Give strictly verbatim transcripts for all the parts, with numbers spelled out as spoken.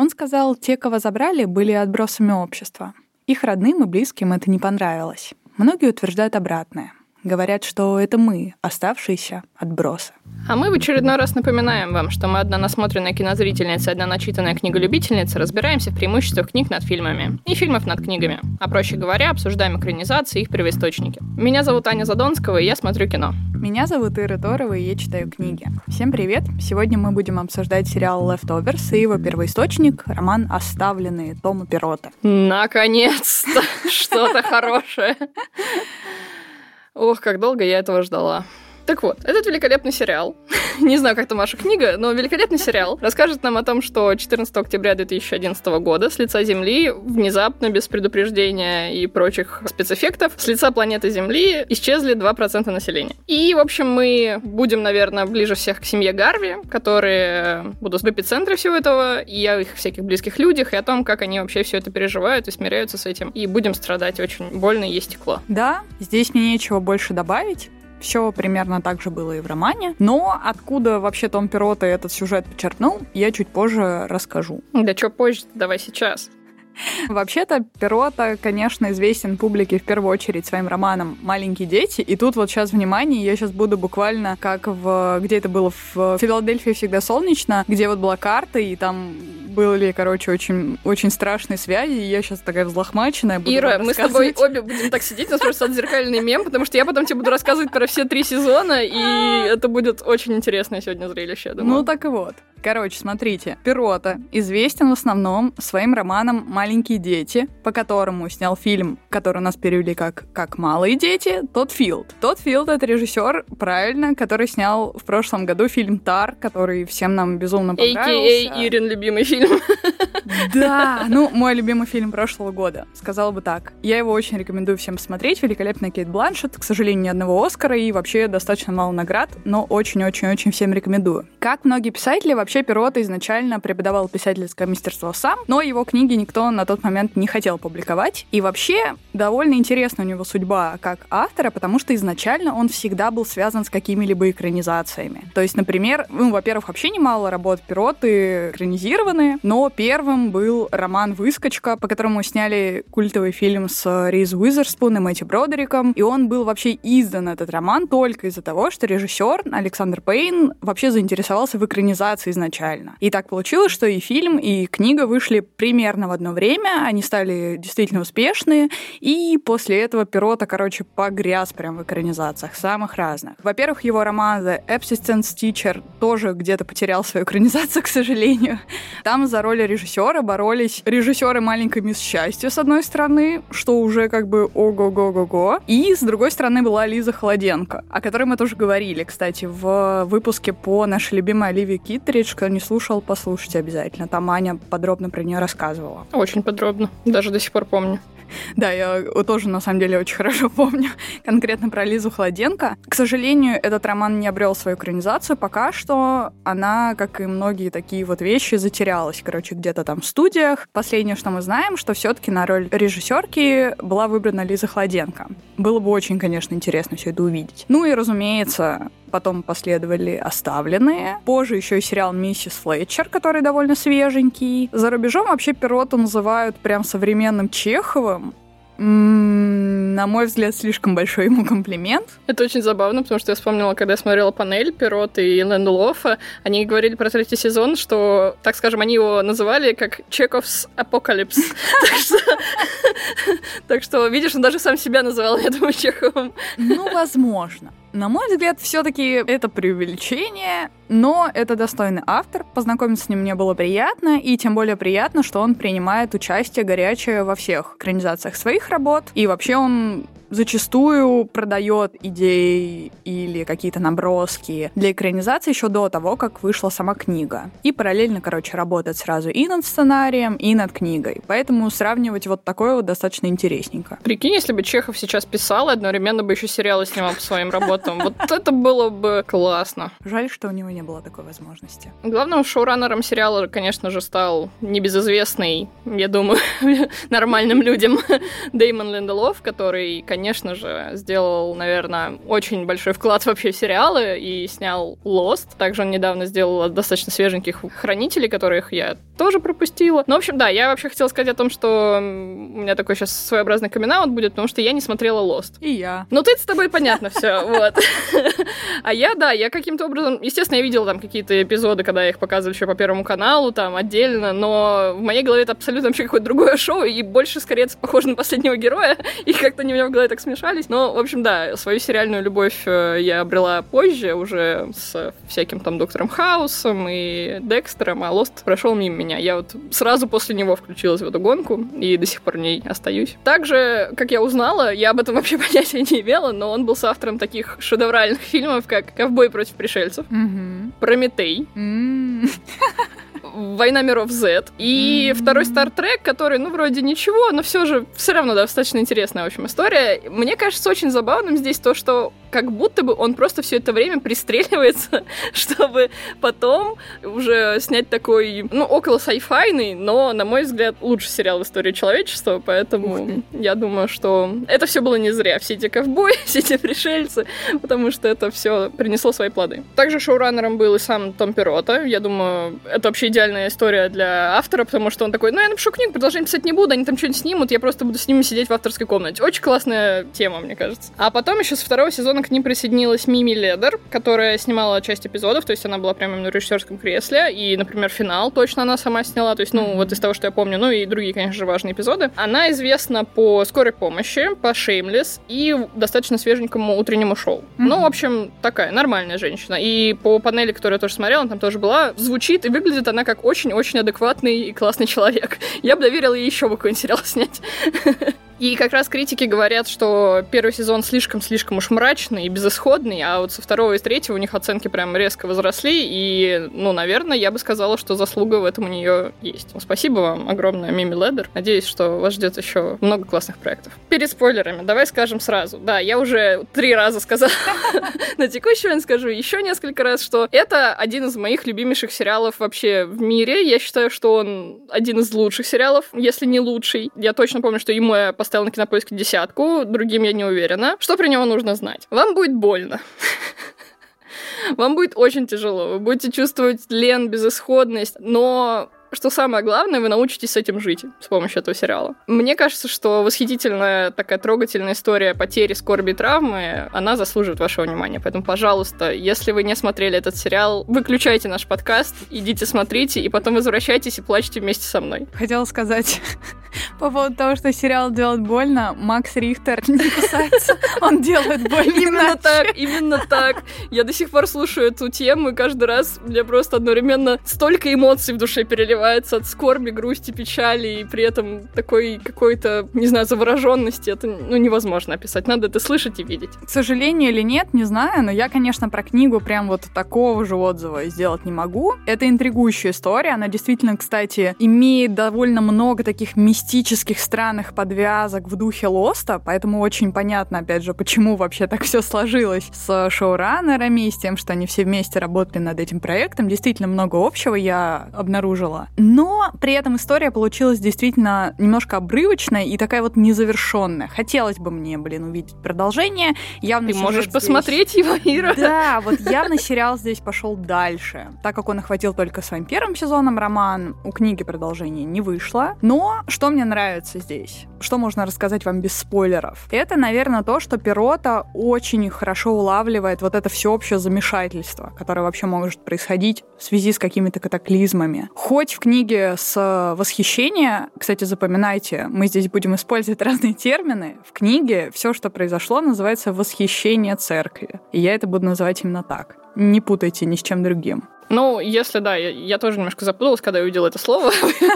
Он сказал, те, кого забрали, были отбросами общества. Их родным и близким это не понравилось. Многие утверждают обратное. Говорят, что это мы, оставшиеся отбросы. А мы в очередной раз напоминаем вам, что мы одна насмотренная кинозрительница и одна начитанная книголюбительница разбираемся в преимуществах книг над фильмами и фильмов над книгами. А проще говоря, обсуждаем экранизации и их первоисточники. Меня зовут Аня Задонского, и я смотрю кино. Меня зовут Ира Торова, и я читаю книги. Всем привет! Сегодня мы будем обсуждать сериал Leftovers и его первоисточник, роман «Оставленные» Тома Перротта. Наконец-то! Что-то хорошее! Ох, как долго я этого ждала. Так вот, этот великолепный сериал, не знаю, как там ваша книга, но великолепный сериал расскажет нам о том, что четырнадцатого октября две тысячи одиннадцатого года с лица Земли, внезапно, без предупреждения и прочих спецэффектов, с лица планеты Земли исчезли два процента населения. И, в общем, мы будем, наверное, ближе всех к семье Гарви, которые будут в эпицентре всего этого, и о их всяких близких людях, и о том, как они вообще все это переживают и смиряются с этим. И будем страдать очень больно и есть стекло. Да, здесь мне нечего больше добавить. Все примерно так же было и в романе. Но откуда вообще Том Перротта этот сюжет подчеркнул, я чуть позже расскажу. Да что позже, давай сейчас. Вообще-то Перротта, конечно, известен публике в первую очередь своим романом «Маленькие дети». И тут вот сейчас, внимание, я сейчас буду буквально как в... Где это было? В Филадельфии всегда солнечно, где вот была карта, и там были, короче, очень, очень страшные связи, и я сейчас такая взлохмаченная буду Ира, мы с тобой обе будем так сидеть, у нас просто отзеркальный мем, потому что я потом тебе буду рассказывать про все три сезона, и это будет очень интересное сегодня зрелище, я думаю. Ну так и вот. Короче, смотрите, Перротта известен в основном своим романом «Маленькие дети», по которому снял фильм, который у нас перевели как «Как малые дети», Тодд Филд. Тодд Филд — это режиссер, правильно, который снял в прошлом году фильм «Тар», который всем нам безумно понравился. а ка а. Ирин любимый фильм. Да, ну, мой любимый фильм прошлого года, сказала бы так. Я его очень рекомендую всем посмотреть. Великолепная Кейт Бланшетт, к сожалению, ни одного Оскара и вообще достаточно мало наград, но очень-очень-очень всем рекомендую. Как многие писатели, вообще Перротта изначально преподавал писательское мастерство сам, но его книги никто на тот момент не хотел публиковать. И вообще довольно интересна у него судьба как автора, потому что изначально он всегда был связан с какими-либо экранизациями. То есть, например, ну, во-первых, вообще немало работ Перротты экранизированы, но первым был роман «Выскочка», по которому сняли культовый фильм с Риз Уизерспун и Мэтью Бродериком, и он был вообще издан, этот роман, только из-за того, что режиссер Александр Пейн вообще заинтересовался в экранизации изначально. И так получилось, что и фильм, и книга вышли примерно в одно время, они стали действительно успешные, и после этого Перротта, короче, погряз прям в экранизациях самых разных. Во-первых, его роман «The Absence Teacher» тоже где-то потерял свою экранизацию, к сожалению. Там за роль режиссера боролись режиссеры «Маленькой мисс Счастье» с одной стороны, что уже как бы ого-го-го-го, и с другой стороны была Лиза Холоденко, о которой мы тоже говорили, кстати, в выпуске по нашей любимой Оливии Киттеридж. Кто не слушал, послушайте обязательно. Там Аня подробно про нее рассказывала. Очень подробно. Даже до сих пор помню. Да, я тоже, на самом деле, очень хорошо помню конкретно про Лизу Холоденко. К сожалению, этот роман не обрел свою экранизацию. Пока что она, как и многие такие вот вещи, затерялась, короче, где-то там в студиях. Последнее, что мы знаем, что все-таки на роль режиссерки была выбрана Лиза Холоденко. Было бы очень, конечно, интересно все это увидеть. Ну и, разумеется, потом последовали «Оставленные». Позже еще и сериал «Миссис Флетчер», который довольно свеженький. За рубежом вообще Перротту называют прям современным Чеховым. М-м, на мой взгляд, слишком большой ему комплимент. Это очень забавно, потому что я вспомнила, когда я смотрела «Панель» Перротта и Линдлофа, они говорили про третий сезон, что, так скажем, они его называли как «Чеков's Apocalypse». Так что, видишь, он даже сам себя называл, я думаю, Чеховым. Ну, возможно. На мой взгляд, все-таки это преувеличение, но это достойный автор. Познакомиться с ним мне было приятно, и тем более приятно, что он принимает участие горячее во всех экранизациях своих работ, и вообще он зачастую продает идеи или какие-то наброски для экранизации еще до того, как вышла сама книга. И параллельно, короче, работает сразу и над сценарием, и над книгой. Поэтому сравнивать вот такое вот достаточно интересненько. Прикинь, если бы Чехов сейчас писал, одновременно бы еще сериалы снимал по своим работам. Вот это было бы классно. Жаль, что у него не было такой возможности. Главным шоураннером сериала, конечно же, стал небезызвестный, я думаю, нормальным людям Дэймон Линделов, который, конечно же, сделал, наверное, очень большой вклад вообще в сериалы и снял Lost. Также он недавно сделал достаточно свеженьких «Хранителей», которых я тоже пропустила. Ну, в общем, да, я вообще хотела сказать о том, что у меня такой сейчас своеобразный камин-аут будет, потому что я не смотрела Lost. И я. Ну, ты с тобой понятно все, вот. А я, да, я каким-то образом... Естественно, я видела там какие-то эпизоды, когда их показывали еще по Первому каналу, там, отдельно, но в моей голове это абсолютно вообще какое-то другое шоу, и больше, скорее, похоже на «Последнего героя», и как-то они у меня в голове так смешались. Но, в общем, да, свою сериальную любовь я обрела позже, уже с всяким там Доктором Хаусом и Декстером, а Lost прошел мимо меня. Я вот сразу после него включилась в эту гонку, и до сих пор в ней остаюсь. Также, как я узнала, я об этом вообще понятия не имела, но он был соавтором таких шедевральных фильмов, как «Ковбой против пришельцев», mm-hmm. «Прометей», mm-hmm. «Война миров Z» и mm-hmm. второй «Стар Трек», который, ну, вроде ничего, но все же все равно достаточно интересная, в общем, история. Мне кажется очень забавным здесь то, что как будто бы он просто все это время пристреливается, чтобы потом уже снять такой, ну, около сайфайный, но, на мой взгляд, лучший сериал в истории человечества, поэтому я думаю, что это все было не зря. Все эти ковбои, все эти пришельцы, потому что это все принесло свои плоды. Также шоураннером был и сам Том Перотта. Я думаю, это вообще идеальная история для автора, потому что он такой, ну, я напишу книгу, продолжение писать не буду, они там что-нибудь снимут, я просто буду с ними сидеть в авторской комнате. Очень классная тема, мне кажется. А потом еще с второго сезона к ним присоединилась Мими Ледер, которая снимала часть эпизодов, то есть она была прямо на режиссерском кресле, и, например, финал точно она сама сняла, то есть, ну, mm-hmm. вот из того, что я помню, ну, и другие, конечно же, важные эпизоды. Она известна по «Скорой помощи», по «Shameless» и достаточно свеженькому утреннему шоу. Mm-hmm. Ну, в общем, такая нормальная женщина. И по панели, которую я тоже смотрела, она там тоже была, звучит и выглядит она как очень-очень адекватный и классный человек. Я бы доверила ей еще бы какой-нибудь сериал снять. И как раз критики говорят, что первый сезон слишком-слишком уж мрачный и безысходный, а вот со второго и третьего у них оценки прям резко возросли, и, ну, наверное, я бы сказала, что заслуга в этом у нее есть. Спасибо вам огромное, Мими Ледер. Надеюсь, что вас ждет еще много классных проектов. Перед спойлерами давай скажем сразу. Да, я уже три раза сказала на текущий момент, скажу еще несколько раз, что это один из моих любимейших сериалов вообще в мире. Я считаю, что он один из лучших сериалов, если не лучший. Я точно помню, что ему я поставила на Кинопоиске десятку, другим я не уверена. Что про него нужно знать? Вам будет больно. Вам будет очень тяжело. Вы будете чувствовать лен, безысходность, но... Что самое главное, вы научитесь с этим жить с помощью этого сериала. Мне кажется, что восхитительная такая трогательная история потери, скорби и травмы, она заслуживает вашего внимания. Поэтому, пожалуйста, если вы не смотрели этот сериал, выключайте наш подкаст, идите смотрите, и потом возвращайтесь и плачьте вместе со мной. Хотела сказать по поводу того, что сериал делает больно, Макс Рихтер не кусается, он делает больно. Именно так, именно так. Я до сих пор слушаю эту тему, и каждый раз мне просто одновременно столько эмоций в душе переливается от скорби, грусти, печали, и при этом такой какой-то, не знаю, завороженности. Это, ну, невозможно описать. Надо это слышать и видеть. К сожалению или нет, не знаю, но я, конечно, про книгу прям вот такого же отзыва сделать не могу. Это интригующая история. Она действительно, кстати, имеет довольно много таких мистических, странных подвязок в духе Лоста, поэтому очень понятно, опять же, почему вообще так все сложилось с шоураннерами и с тем, что они все вместе работали над этим проектом. Действительно много общего я обнаружила. Но при этом история получилась действительно немножко обрывочная и такая вот незавершенная. Хотелось бы мне, блин, увидеть продолжение. Явно Ты можешь здесь... посмотреть его, Ира. Да, вот явно сериал здесь пошел дальше. Так как он охватил только своим первым сезоном роман, у книги продолжение не вышло. Но что мне нравится здесь? Что можно рассказать вам без спойлеров? Это, наверное, то, что Перотта очень хорошо улавливает вот это всеобщее замешательство, которое вообще может происходить в связи с какими-то катаклизмами. Хоть в книге с восхищения, кстати, запоминайте, мы здесь будем использовать разные термины, в книге все, что произошло, называется «восхищение церкви». И я это буду называть именно так. Не путайте ни с чем другим. Ну, если да, я, я тоже немножко запуталась, когда я увидела это слово,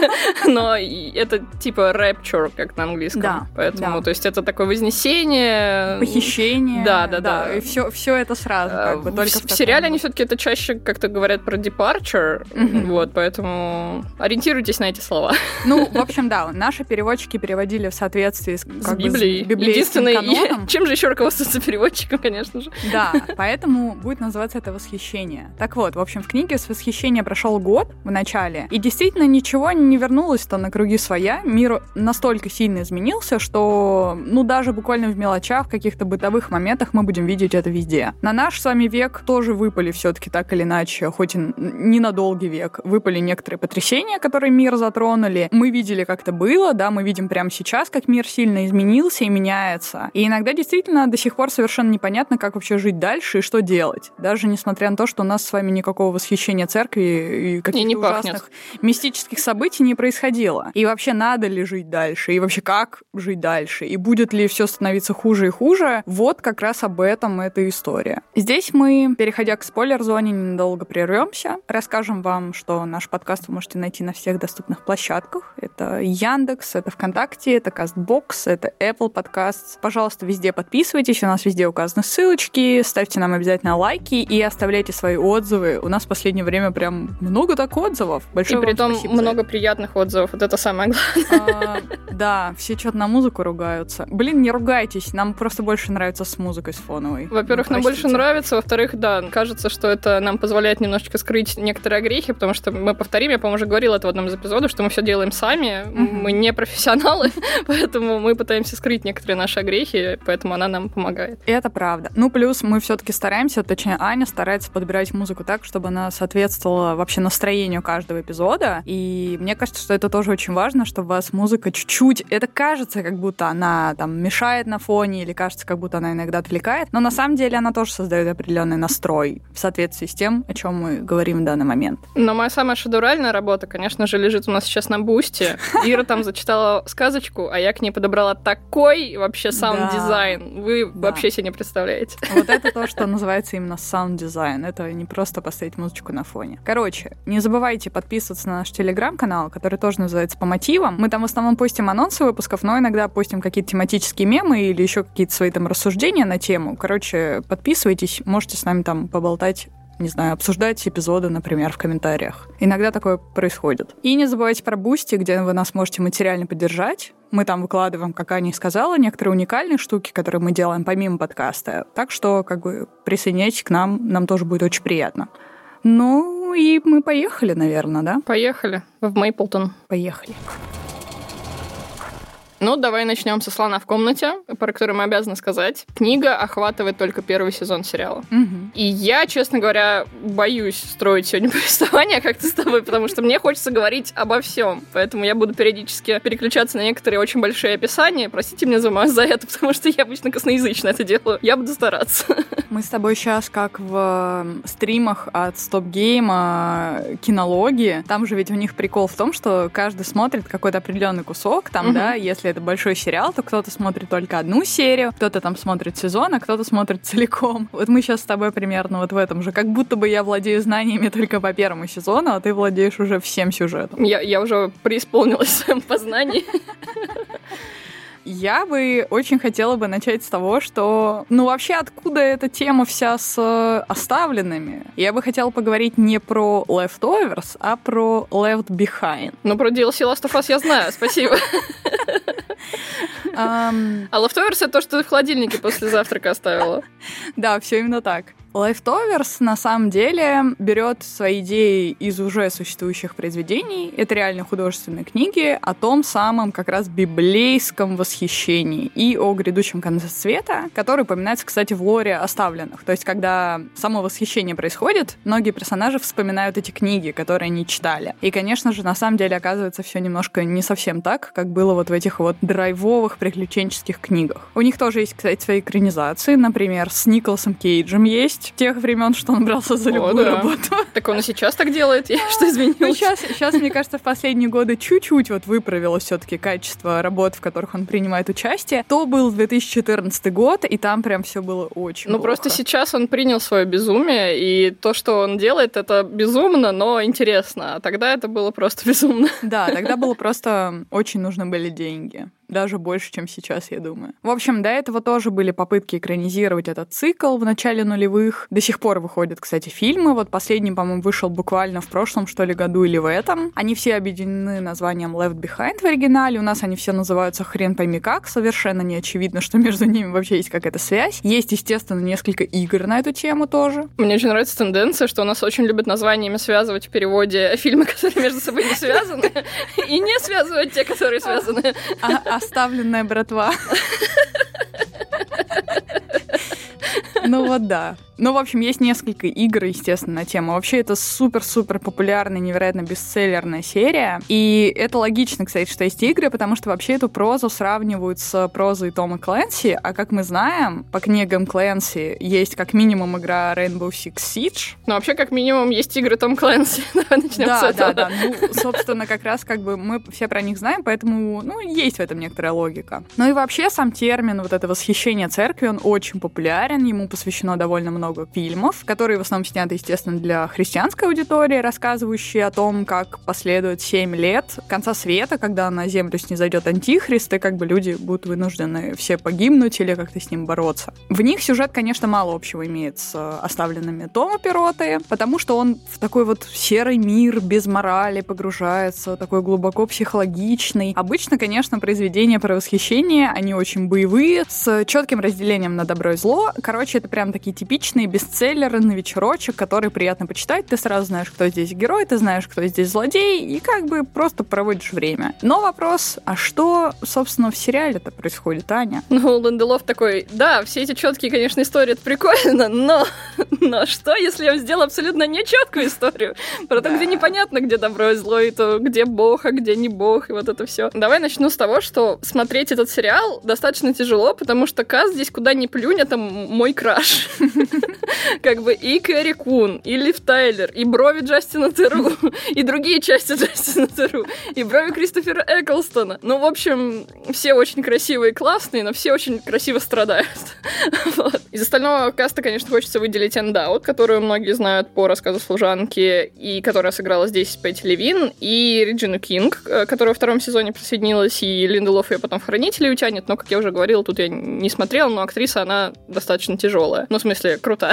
но это типа rapture, как на английском. Да, поэтому, да. То есть это такое вознесение... Похищение. Да, да, да. да. И все, все это сразу, как бы, в, только в, в в сериале они все-таки это чаще как-то говорят про departure, mm-hmm. вот, поэтому ориентируйтесь на эти слова. Ну, в общем, да, наши переводчики переводили в соответствии с, с Библией. Бы, с библейским каноном. Чем же еще руководствуется переводчиком, конечно же. Да, поэтому будет называться это «Восхищение». Так вот, в общем, в книге книги с восхищения прошел год в начале, и действительно ничего не вернулось-то на круги своя. Мир настолько сильно изменился, что, ну, даже буквально в мелочах, в каких-то бытовых моментах мы будем видеть это везде. На наш с вами век тоже выпали все-таки так или иначе, хоть и не на долгий век, выпали некоторые потрясения, которые мир затронули. Мы видели, как это было, да, мы видим прямо сейчас, как мир сильно изменился и меняется. И иногда действительно до сих пор совершенно непонятно, как вообще жить дальше и что делать. Даже несмотря на то, что у нас с вами никакого восхищения церкви и каких-то и ужасных пахнет. мистических событий не происходило. И вообще надо ли жить дальше? И вообще как жить дальше? И будет ли все становиться хуже и хуже? Вот как раз об этом эта история. Здесь мы, переходя к спойлер-зоне, ненадолго прервемся. Расскажем вам, что наш подкаст вы можете найти на всех доступных площадках. Это Яндекс, это ВКонтакте, это Кастбокс, это Apple Podcasts. Пожалуйста, везде подписывайтесь, у нас везде указаны ссылочки, ставьте нам обязательно лайки и оставляйте свои отзывы. У нас в последнее время прям много так отзывов. Большое и при том много за... приятных отзывов. Вот это самое главное. А, да, все что-то на музыку ругаются. Блин, не ругайтесь, нам просто больше нравится с музыкой, с фоновой. Во-первых, ну, нам больше нравится, во-вторых, да, кажется, что это нам позволяет немножечко скрыть некоторые огрехи, потому что мы повторим, я, по-моему, уже говорила это в одном из эпизодов, что мы все делаем сами, mm-hmm. мы не профессионалы, поэтому мы пытаемся скрыть некоторые наши огрехи, поэтому она нам помогает. Это правда. Ну, плюс мы все-таки стараемся, точнее, Аня старается подбирать музыку так, чтобы она соответствовала вообще настроению каждого эпизода, и мне кажется, что это тоже очень важно, чтобы у вас музыка чуть-чуть, это кажется, как будто она там мешает на фоне, или кажется, как будто она иногда отвлекает, но на самом деле она тоже создает определенный настрой в соответствии с тем, о чем мы говорим в данный момент. Но моя самая шедевральная работа, конечно же, лежит у нас сейчас на Бусти. Ира там зачитала сказочку, а я к ней подобрала такой вообще саунд-дизайн. Вы да. вообще себе не представляете. Вот это то, что называется именно саунд-дизайн. Это не просто поставить музычку на фоне. Короче, не забывайте подписываться на наш телеграм-канал, который тоже называется «По мотивам». Мы там в основном постим анонсы выпусков, но иногда постим какие-то тематические мемы или еще какие-то свои там рассуждения на тему. Короче, подписывайтесь, можете с нами там поболтать, не знаю, обсуждать эпизоды, например, в комментариях. Иногда такое происходит. И не забывайте про Бусти, где вы нас можете материально поддержать. Мы там выкладываем, как Аня сказала, некоторые уникальные штуки, которые мы делаем помимо подкаста. Так что, как бы, присоединяйтесь к нам, нам тоже будет очень приятно. Ну, и мы поехали, наверное, да? Поехали. В Мейплтон. Поехали. Ну, давай начнем со «Слона в комнате», про который мы обязаны сказать. Книга охватывает только первый сезон сериала. Угу. И я, честно говоря, боюсь строить сегодня повествование как-то с тобой, потому что мне хочется говорить обо всем. Поэтому я буду периодически переключаться на некоторые очень большие описания. Простите меня за, за это, потому что я обычно косноязычно это делаю. Я буду стараться. Мы с тобой сейчас как в стримах от Стоп-гейма кинологии. Там же ведь у них прикол в том, что каждый смотрит какой-то определенный кусок, там, угу. да, если это большой сериал, то кто-то смотрит только одну серию, кто-то там смотрит сезон, а кто-то смотрит целиком. Вот мы сейчас с тобой примерно вот в этом же. Как будто бы я владею знаниями только по первому сезону, а ты владеешь уже всем сюжетом. Я, я уже преисполнилась в своем познании. Я бы очень хотела бы начать с того, что, ну, вообще, откуда эта тема вся с оставленными? Я бы хотела поговорить не про Leftovers, а про Left Behind. Ну, про ди эл си Last of Us я знаю, спасибо. Um... А Leftovers — это то, что ты в холодильнике после завтрака оставила. Да, все именно так. Leftovers на самом деле берет свои идеи из уже существующих произведений. Это реально художественные книги о том самом как раз библейском восхищении и о грядущем конце света, который упоминается, кстати, в лоре оставленных. То есть, когда само восхищение происходит, многие персонажи вспоминают эти книги, которые они читали. И, конечно же, на самом деле оказывается все немножко не совсем так, как было вот в этих вот драйвовых приключенческих книгах. У них тоже есть, кстати, свои экранизации. Например, с Николасом Кейджем есть. Тех времен, что он брался за любую О, да. работу. Так он и сейчас так делает, я что изменилось? Ну, сейчас, сейчас, мне кажется, в последние годы чуть-чуть вот выправилось все-таки качество работ, в которых он принимает участие. То был две тысячи четырнадцатый год, и там прям все было очень Ну, плохо. Просто сейчас он принял свое безумие, и то, что он делает, это безумно, но интересно. А тогда это было просто безумно. Да, тогда было просто очень нужны были деньги. даже больше, чем сейчас, я думаю. В общем, до этого тоже были попытки экранизировать этот цикл в начале нулевых. До сих пор выходят, кстати, фильмы. Вот последний, по-моему, вышел буквально в прошлом, что ли, году или в этом. Они все объединены названием Left Behind в оригинале. У нас они все называются хрен пойми как. Совершенно не очевидно, что между ними вообще есть какая-то связь. Есть, естественно, несколько игр на эту тему тоже. Мне очень нравится тенденция, что у нас очень любят названиями связывать в переводе фильмы, которые между собой не связаны, и не связывать те, которые связаны. Оставленная братва. Ну вот да. Ну, в общем, есть несколько игр, естественно, на тему. Вообще, это супер-супер популярная, невероятно бестселлерная серия. И это логично, кстати, что есть игры, потому что вообще эту прозу сравнивают с прозой Тома Клэнси. А как мы знаем, по книгам Клэнси есть как минимум игра Rainbow Six Siege. Ну, вообще, как минимум, есть игры Том Клэнси. Давай начнем да, с этого. Да, да, да. Ну, собственно, как раз как бы мы все про них знаем, поэтому, ну, есть в этом некоторая логика. Ну и вообще, сам термин вот это восхищение церкви, он очень популярен, ему посвящено довольно много фильмов, которые в основном сняты, естественно, для христианской аудитории, рассказывающие о том, как последует семь лет конца света, когда на землю снизойдет антихрист, и как бы люди будут вынуждены все погибнуть или как-то с ним бороться. В них сюжет, конечно, мало общего имеет с оставленными Тома Пиротти, потому что он в такой вот серый мир без морали погружается, такой глубоко психологичный. Обычно, конечно, произведения про восхищение, они очень боевые, с четким разделением на добро и зло. Короче, это прям такие типичные бестселлеры на вечерочек, которые приятно почитать. Ты сразу знаешь, кто здесь герой, ты знаешь, кто здесь злодей, и как бы просто проводишь время. Но вопрос, а что, собственно, в сериале-то происходит, Аня? Ну, Линделов такой, да, все эти четкие, конечно, истории, это прикольно, но, но что, если я сделаю абсолютно нечеткую историю? Про то, да. Где непонятно, где добро и зло, и то, где бог, а где не бог, и вот это все. Давай начну с того, что смотреть этот сериал достаточно тяжело, потому что Каз здесь куда ни плюнь, это мой краш. Как бы и Кэрри Кун, и Лив Тайлер, и брови Джастина Теру, и другие части Джастина Теру, и брови Кристофера Эклстона. Ну, в общем, все очень красивые и классные, но все очень красиво страдают. Вот. Из остального каста, конечно, хочется выделить Энн Даут, которую многие знают по рассказу служанки, и которая сыграла здесь Пэтти Левин, и Реджину Кинг, которая во втором сезоне присоединилась, и Линделов ее потом в «Хранителей» утянет, но, как я уже говорила, тут я не смотрела, но актриса, она достаточно тяжелая. Ну, в смысле, крутая.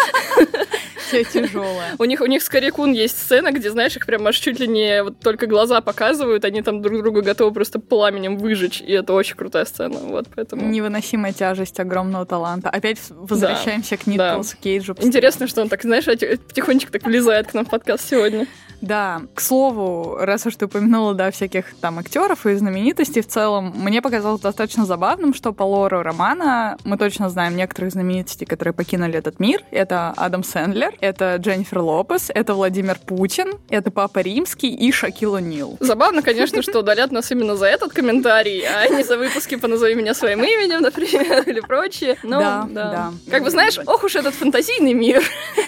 Все тяжелое. У них, у них с Кэрри Кун есть сцена, где, знаешь, их прям аж чуть ли не вот только глаза показывают, они там друг друга готовы просто пламенем выжечь, и это очень крутая сцена, вот поэтому... Невыносимая тяжесть огромного таланта. Опять возвращаемся да, к Николасу да. Кейджу. Интересно, что он так, знаешь, потихонечку так влезает к нам в подкаст сегодня. Да, к слову, раз уж ты упомянула, да, всяких там актеров и знаменитостей в целом, мне показалось достаточно забавным, что по лору романа мы точно знаем некоторых знаменитостей, которые покинули этот мир. Это Адам Сэндлер, это Дженнифер Лопес, это Владимир Путин, это Папа Римский и Шакил О'Нил. Забавно, конечно, что удалят нас именно за этот комментарий, а не за выпуски «Поназови меня своим именем», например, или прочее. Но, да, да. да. Как бы, знаешь, ох уж этот фантазийный мир.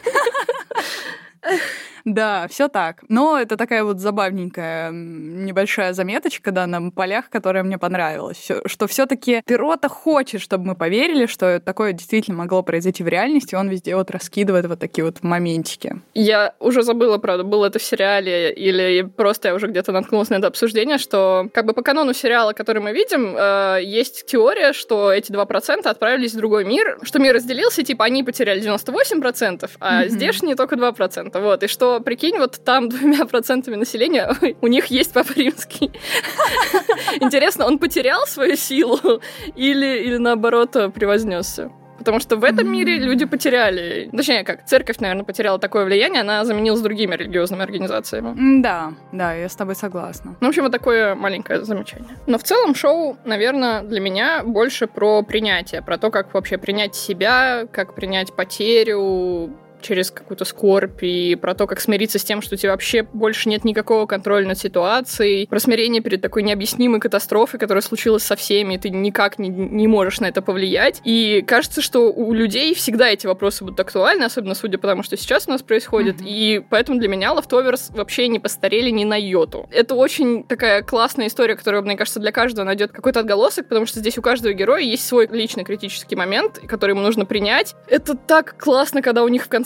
Да, все так. Но это такая вот забавненькая небольшая заметочка, да, на полях, которая мне понравилась. Всё, что все-таки Пиротта хочет, чтобы мы поверили, что такое действительно могло произойти в реальности, он везде вот раскидывает вот такие вот моментики. Я уже забыла, правда, было это в сериале или просто я уже где-то наткнулась на это обсуждение, что как бы по канону сериала, который мы видим, э, есть теория, что эти два процента отправились в другой мир, что мир разделился, типа они потеряли девяносто восемь процентов, а mm-hmm. здешние только два процента. Вот, и что прикинь, вот там двумя процентами населения у них есть Папа Римский. Интересно, он потерял свою силу или, или наоборот превознесся? Потому что в этом мире люди потеряли... Точнее, как, церковь, наверное, потеряла такое влияние, она заменилась другими религиозными организациями. Да, да, я с тобой согласна. Ну, в общем, вот такое маленькое замечание. Но в целом шоу, наверное, для меня больше про принятие, про то, как вообще принять себя, как принять потерю, через какую-то скорбь, и про то, как смириться с тем, что у тебя вообще больше нет никакого контроля над ситуацией, про смирение перед такой необъяснимой катастрофой, которая случилась со всеми, и ты никак не, не можешь на это повлиять. И кажется, что у людей всегда эти вопросы будут актуальны, особенно судя по тому, что сейчас у нас происходит, mm-hmm. и поэтому для меня Leftovers вообще не постарели ни на йоту. Это очень такая классная история, которая, мне кажется, для каждого найдет какой-то отголосок, потому что здесь у каждого героя есть свой личный критический момент, который ему нужно принять. Это так классно, когда у них в конце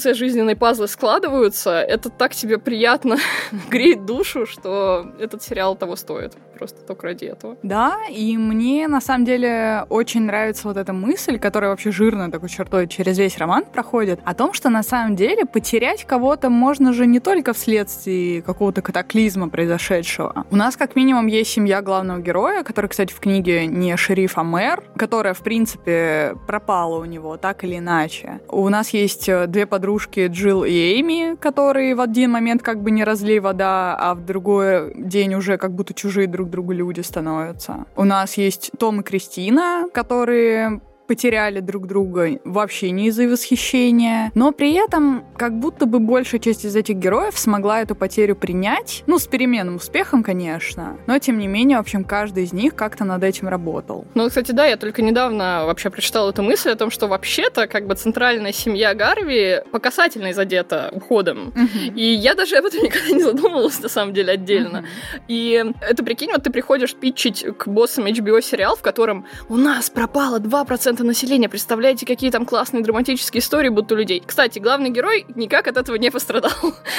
конце жизненные пазлы складываются, это так тебе приятно греет душу, что этот сериал того стоит. Просто только ради этого. Да, и мне на самом деле очень нравится вот эта мысль, которая вообще жирной такой чертой через весь роман проходит, о том, что на самом деле потерять кого-то можно же не только вследствие какого-то катаклизма произошедшего. У нас как минимум есть семья главного героя, который, кстати, в книге не шериф, а мэр, которая, в принципе, пропала у него так или иначе. У нас есть две подружки Джилл и Эйми, которые в один момент как бы не разлей вода, а в другой день уже как будто чужие друг другу люди становятся. У нас есть Том и Кристина, которые потеряли друг друга вообще не из-за восхищения, но при этом как будто бы большая часть из этих героев смогла эту потерю принять, ну, с переменным успехом, конечно, но, тем не менее, в общем, каждый из них как-то над этим работал. Ну, кстати, да, я только недавно вообще прочитала эту мысль о том, что вообще-то как бы центральная семья Гарви по касательной задета уходом, uh-huh. и я даже об этом никогда не задумывалась, на самом деле, отдельно. Uh-huh. И это, прикинь, вот ты приходишь питчить к боссам эйч би о сериал, в котором у нас пропало два процента населения. Представляете, какие там классные драматические истории будут у людей. Кстати, главный герой никак от этого не пострадал.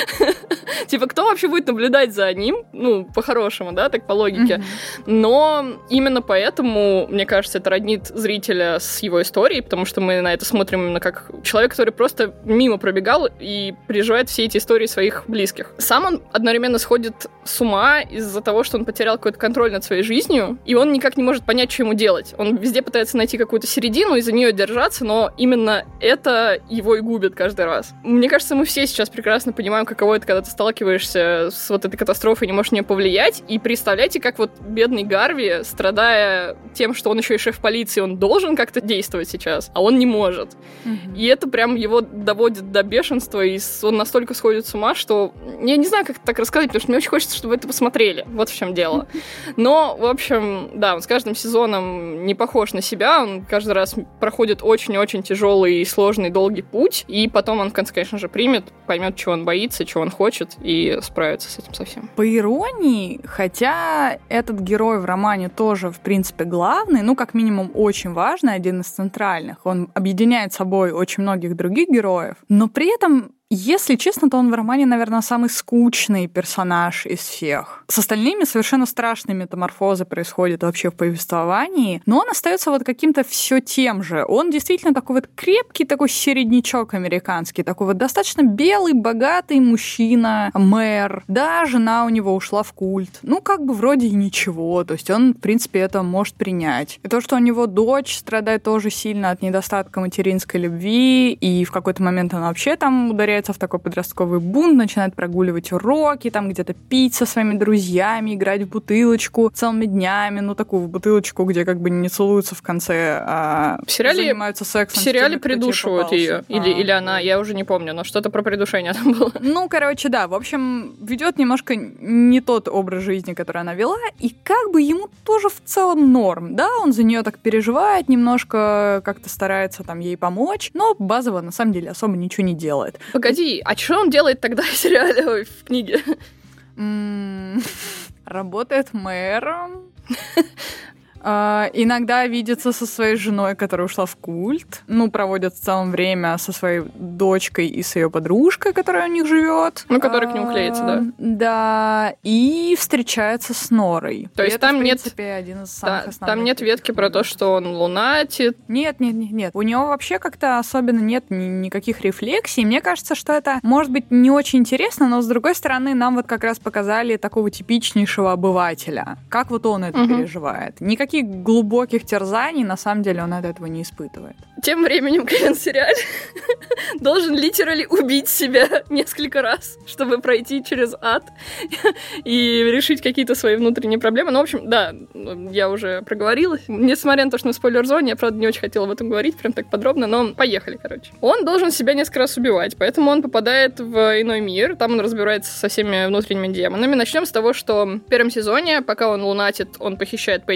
Типа, кто вообще будет наблюдать за ним? Ну, по-хорошему, да, так по логике. Но именно поэтому, мне кажется, это роднит зрителя с его историей, потому что мы на это смотрим именно как человек, который просто мимо пробегал и переживает все эти истории своих близких. Сам он одновременно сходит с ума из-за того, что он потерял какой-то контроль над своей жизнью, и он никак не может понять, что ему делать. Он везде пытается найти какую-то середину и за нее держаться, но именно это его и губит каждый раз. Мне кажется, мы все сейчас прекрасно понимаем, каково это, когда ты сталкиваешься с вот этой катастрофой и не можешь на нее повлиять. И представляете, как вот бедный Гарви, страдая тем, что он еще и шеф полиции, он должен как-то действовать сейчас, а он не может. Mm-hmm. И это прям его доводит до бешенства, и он настолько сходит с ума, что я не знаю, как это так рассказать, потому что мне очень хочется, чтобы вы это посмотрели. Вот в чем дело. Но, в общем, да, он с каждым сезоном не похож на себя, он каждый раз проходит очень-очень тяжелый и сложный, долгий путь, и потом он в конце, конечно же, примет, поймет, чего он боится, чего он хочет, и справится с этим совсем. По иронии, хотя этот герой в романе тоже, в принципе, главный, ну, как минимум, очень важный, один из центральных, он объединяет собой очень многих других героев, но при этом, если честно, то он в романе, наверное, самый скучный персонаж из всех. С остальными совершенно страшные метаморфозы происходят вообще в повествовании, но он остается вот каким-то все тем же. Он действительно такой вот крепкий, такой середнячок американский, такой вот достаточно белый, богатый мужчина, мэр. Да, жена у него ушла в культ. Ну, как бы вроде и ничего. То есть он, в принципе, это может принять. И то, что у него дочь страдает тоже сильно от недостатка материнской любви, и в какой-то момент она вообще там ударяет в такой подростковый бунт, начинает прогуливать уроки, там где-то пить со своими друзьями, играть в бутылочку целыми днями, ну такую в бутылочку, где как бы не целуются в конце, а в сериале, занимаются сексом. В сериале придушивают ее, или, а, или она, я уже не помню, но что-то про придушение там было. Ну, короче, да, в общем, ведет немножко не тот образ жизни, который она вела, и как бы ему тоже в целом норм, да, он за нее так переживает, немножко как-то старается там ей помочь, но базово на самом деле особо ничего не делает. Погоди, а что он делает тогда в сериале, ой, в книге? Работает мэром. Uh, иногда видится со своей женой, которая ушла в культ. Ну, проводят в целом время со своей дочкой и с ее подружкой, которая у них живет. Ну, которая uh, к нему клеится, да. Да. И встречается с Норой. То есть это, там в нет... принципе, один из самых да, основных. Там нет ветки про то, что он лунатит. Нет, нет, нет, нет. У него вообще как-то особенно нет ни- никаких рефлексий. Мне кажется, что это, может быть, не очень интересно, но, с другой стороны, нам вот как раз показали такого типичнейшего обывателя. Как вот он это uh-huh. переживает. Никаких глубоких терзаний, на самом деле, он от этого не испытывает. Тем временем Клиент в сериале должен литерали убить себя несколько раз, чтобы пройти через ад и решить какие-то свои внутренние проблемы. Ну, в общем, да, я уже проговорилась. Несмотря на то, что мы в спойлер-зоне, я, правда, не очень хотела об этом говорить прям так подробно, но поехали, короче. Он должен себя несколько раз убивать, поэтому он попадает в иной мир, там он разбирается со всеми внутренними демонами. Начнем с того, что в первом сезоне, пока он лунатит, он похищает Пэтти Левин,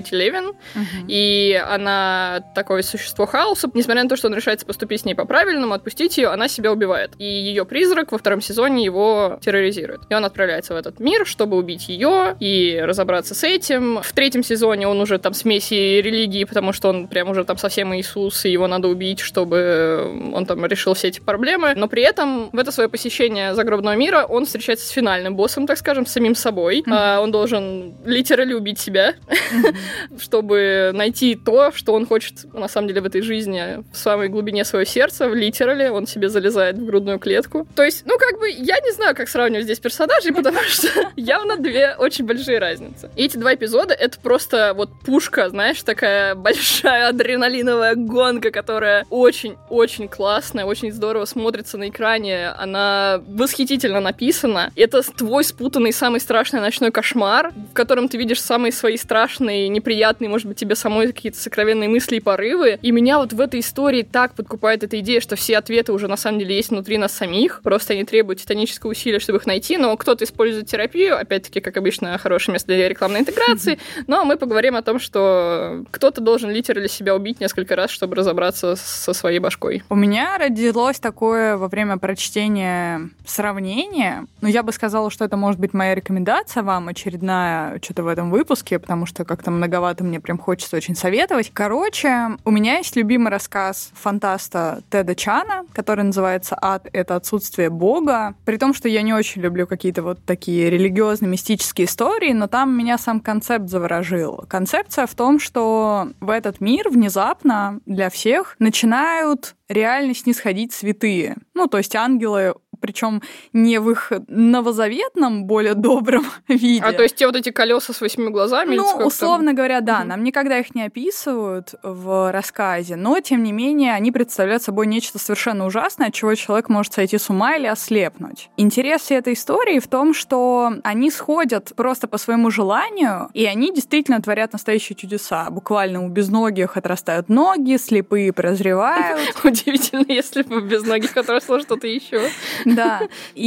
Кристиан, угу. и она такое существо хаоса. Несмотря на то, что он решается поступить с ней по-правильному, отпустить ее, она себя убивает. И ее призрак во втором сезоне его терроризирует. И он отправляется в этот мир, чтобы убить ее и разобраться с этим. В третьем сезоне он уже там смеси религии, потому что он прям уже там совсем Иисус, и его надо убить, чтобы он там решил все эти проблемы. Но при этом в это свое посещение загробного мира он встречается с финальным боссом, так скажем, с самим собой. Mm-hmm. А, он должен литерально убить себя, mm-hmm. чтобы найти то, что он хочет на самом деле в этой жизни, в самой глубине своего сердца, в литерале. Он себе залезает в грудную клетку. То есть, ну как бы, я не знаю, как сравнивать здесь персонажей, потому что явно две очень большие разницы. И эти два эпизода — это просто вот пушка, знаешь, такая большая адреналиновая гонка, которая очень-очень классная, очень здорово смотрится на экране. Она восхитительно написана. Это твой спутанный самый страшный ночной кошмар, в котором ты видишь самые свои страшные, неприятные, может быть, тебе самой какие-то сокровенные мысли и порывы. И меня вот в этой истории так подкупает эта идея, что все ответы уже на самом деле есть внутри нас самих. Просто они требуют титанического усилия, чтобы их найти. Но кто-то использует терапию, опять-таки, как обычно, хорошее место для рекламной интеграции. Но мы поговорим о том, что кто-то должен литерально себя убить несколько раз, чтобы разобраться со своей башкой. У меня родилось такое во время прочтения сравнение. Ну, я бы сказала, что это может быть моя рекомендация вам, очередная что-то в этом выпуске, потому что как-то многовато мне прям хочется очень советовать. Короче, у меня есть любимый рассказ фантаста Теда Чана, который называется «Ад — это отсутствие Бога». При том, что я не очень люблю какие-то вот такие религиозно-мистические истории, но там меня сам концепт заворожил. Концепция в том, что в этот мир внезапно для всех начинают реально снисходить святые. Ну, то есть ангелы, причем не в их новозаветном, более добром виде. А то есть те вот эти колеса с восьми глазами? Ну, условно там? говоря, да. Угу. Нам никогда их не описывают в рассказе, но, тем не менее, они представляют собой нечто совершенно ужасное, от чего человек может сойти с ума или ослепнуть. Интерес всей этой истории в том, что они сходят просто по своему желанию, и они действительно творят настоящие чудеса. Буквально у безногих отрастают ноги, слепые прозревают. Удивительно, если бы без безногих отросло что-то еще. Да,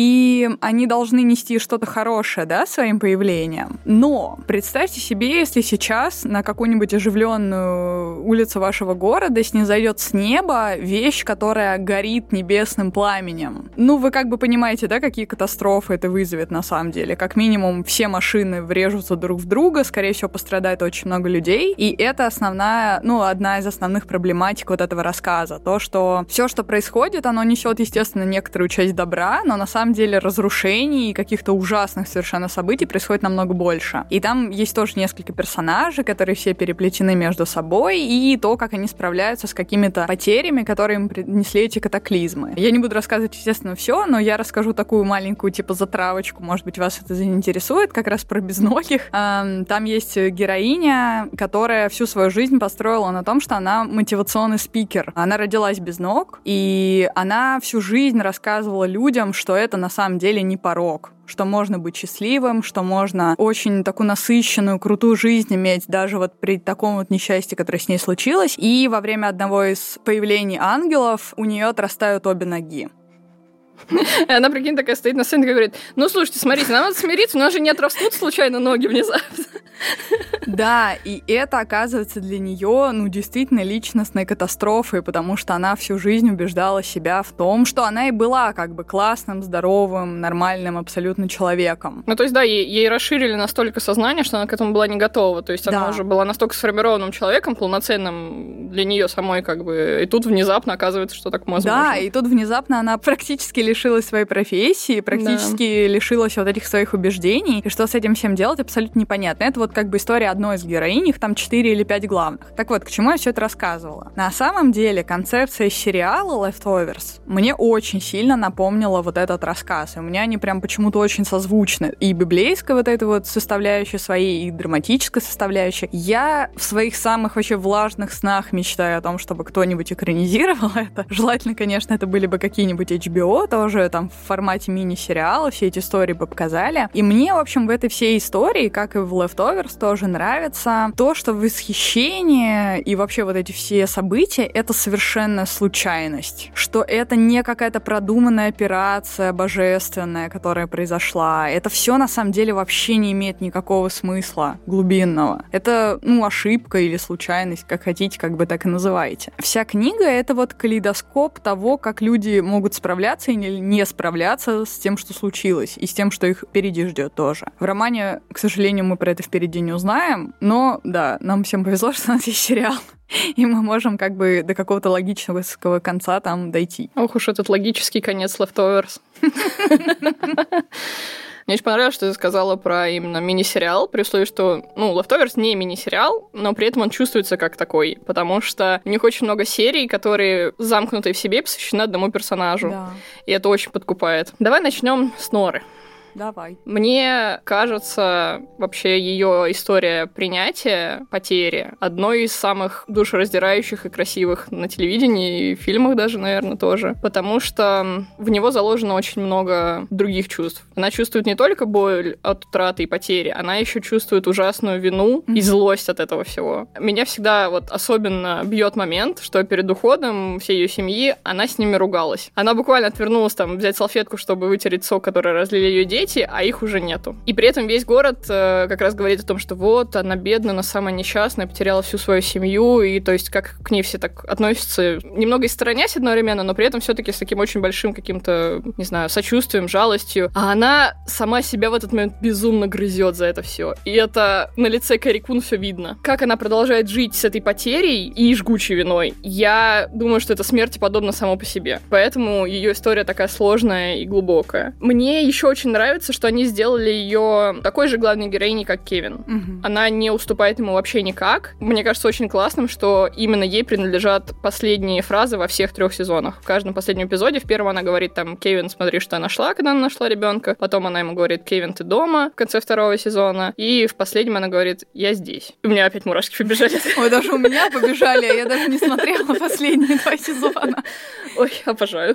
и они должны нести что-то хорошее, да, своим появлением. Но представьте себе, если сейчас на какую-нибудь оживленную улицу вашего города снизойдет с неба вещь, которая горит небесным пламенем. Ну, вы как бы понимаете, да, какие катастрофы это вызовет на самом деле. Как минимум, все машины врежутся друг в друга, скорее всего, пострадает очень много людей. И это основная, ну, одна из основных проблематик вот этого рассказа. То, что все, что происходит, оно несет, естественно, некоторую часть добра, но на самом деле разрушений и каких-то ужасных совершенно событий происходит намного больше. И там есть тоже несколько персонажей, которые все переплетены между собой, и то, как они справляются с какими-то потерями, которые им принесли эти катаклизмы. Я не буду рассказывать, естественно, все, но я расскажу такую маленькую, типа, затравочку, может быть, вас это заинтересует, как раз про безногих. Там есть героиня, которая всю свою жизнь построила на том, что она мотивационный спикер. Она родилась без ног, и она всю жизнь рассказывала людям, что это на самом деле не порок, что можно быть счастливым, что можно очень такую насыщенную, крутую жизнь иметь даже вот при таком вот несчастье, которое с ней случилось. И во время одного из появлений ангелов у нее отрастают обе ноги. И она, прикинь, такая стоит на сцене и говорит: ну, слушайте, смотрите, нам надо смириться, у нас же не отрастут случайно ноги внезапно. Да, и это оказывается для нее, ну, действительно личностной катастрофой, потому что она всю жизнь убеждала себя в том, что она и была как бы классным, здоровым, нормальным абсолютно человеком. Ну, то есть, да, ей, ей расширили настолько сознание, что она к этому была не готова. То есть она да. уже была настолько сформированным человеком, полноценным для нее самой, как бы, и тут внезапно оказывается, что так возможно. Да, и тут внезапно она практически лишилась своей профессии, практически да. лишилась вот этих своих убеждений, и что с этим всем делать, абсолютно непонятно. Это вот как бы история одной из героинь, их там четыре или пять главных. Так вот, к чему я все это рассказывала? На самом деле, концепция сериала Leftovers мне очень сильно напомнила вот этот рассказ, и у меня они прям почему-то очень созвучны. И библейская вот эта вот составляющая своей, и драматическая составляющая. Я в своих самых вообще влажных снах мечтаю о том, чтобы кто-нибудь экранизировал это. Желательно, конечно, это были бы какие-нибудь эйч би о, тоже там в формате мини-сериала, все эти истории бы показали. И мне, в общем, в этой всей истории, как и в Leftovers, тоже нравится нравится то, что восхищение и вообще вот эти все события — это совершенно случайность. Что это не какая-то продуманная операция божественная, которая произошла. Это все на самом деле вообще не имеет никакого смысла глубинного. Это, ну, ошибка или случайность, как хотите, как бы так и называйте. Вся книга — это вот калейдоскоп того, как люди могут справляться или не справляться с тем, что случилось, и с тем, что их впереди ждет тоже. В романе, к сожалению, мы про это впереди не узнаем, но да, нам всем повезло, что у нас есть сериал, и мы можем как бы до какого-то логического конца там дойти. Ох уж этот логический конец Leftovers. Мне очень понравилось, что ты сказала про именно мини-сериал, при условии, что, ну, Leftovers не мини-сериал, но при этом он чувствуется как такой, потому что у них очень много серий, которые замкнуты в себе и посвящены одному персонажу. Да. И это очень подкупает. Давай начнем с Норы. Давай. Мне кажется, вообще ее история принятия потери одной из самых душераздирающих и красивых на телевидении и в фильмах даже, наверное, тоже. Потому что в него заложено очень много других чувств. Она чувствует не только боль от утраты и потери, она еще чувствует ужасную вину mm-hmm. и злость от этого всего. Меня всегда вот особенно бьет момент, что перед уходом всей ее семьи она с ними ругалась. Она буквально отвернулась там взять салфетку, чтобы вытереть сок, который разлили ее дети, а их уже нету. И при этом весь город э, как раз говорит о том, что вот, она бедная, она самая несчастная, потеряла всю свою семью, и то есть как к ней все так относятся, немного и сторонясь одновременно, но при этом все-таки с таким очень большим каким-то, не знаю, сочувствием, жалостью. А она сама себя в этот момент безумно грызет за это все. И это на лице Кэрри Кун все видно. Как она продолжает жить с этой потерей и жгучей виной, я думаю, что это смерти подобно само по себе. Поэтому ее история такая сложная и глубокая. Мне еще очень нравится, что они сделали ее такой же главной героиней, как Кевин. Угу. Она не уступает ему вообще никак. Мне кажется очень классным, что именно ей принадлежат последние фразы во всех трех сезонах. В каждом последнем эпизоде в первом она говорит там: «Кевин, смотри, что я нашла», когда она нашла ребенка. Потом она ему говорит: «Кевин, ты дома», в конце второго сезона. И в последнем она говорит: «Я здесь». И у меня опять мурашки побежали. Ой, даже у меня побежали, я даже не смотрела последние два сезона. Ой, обожаю.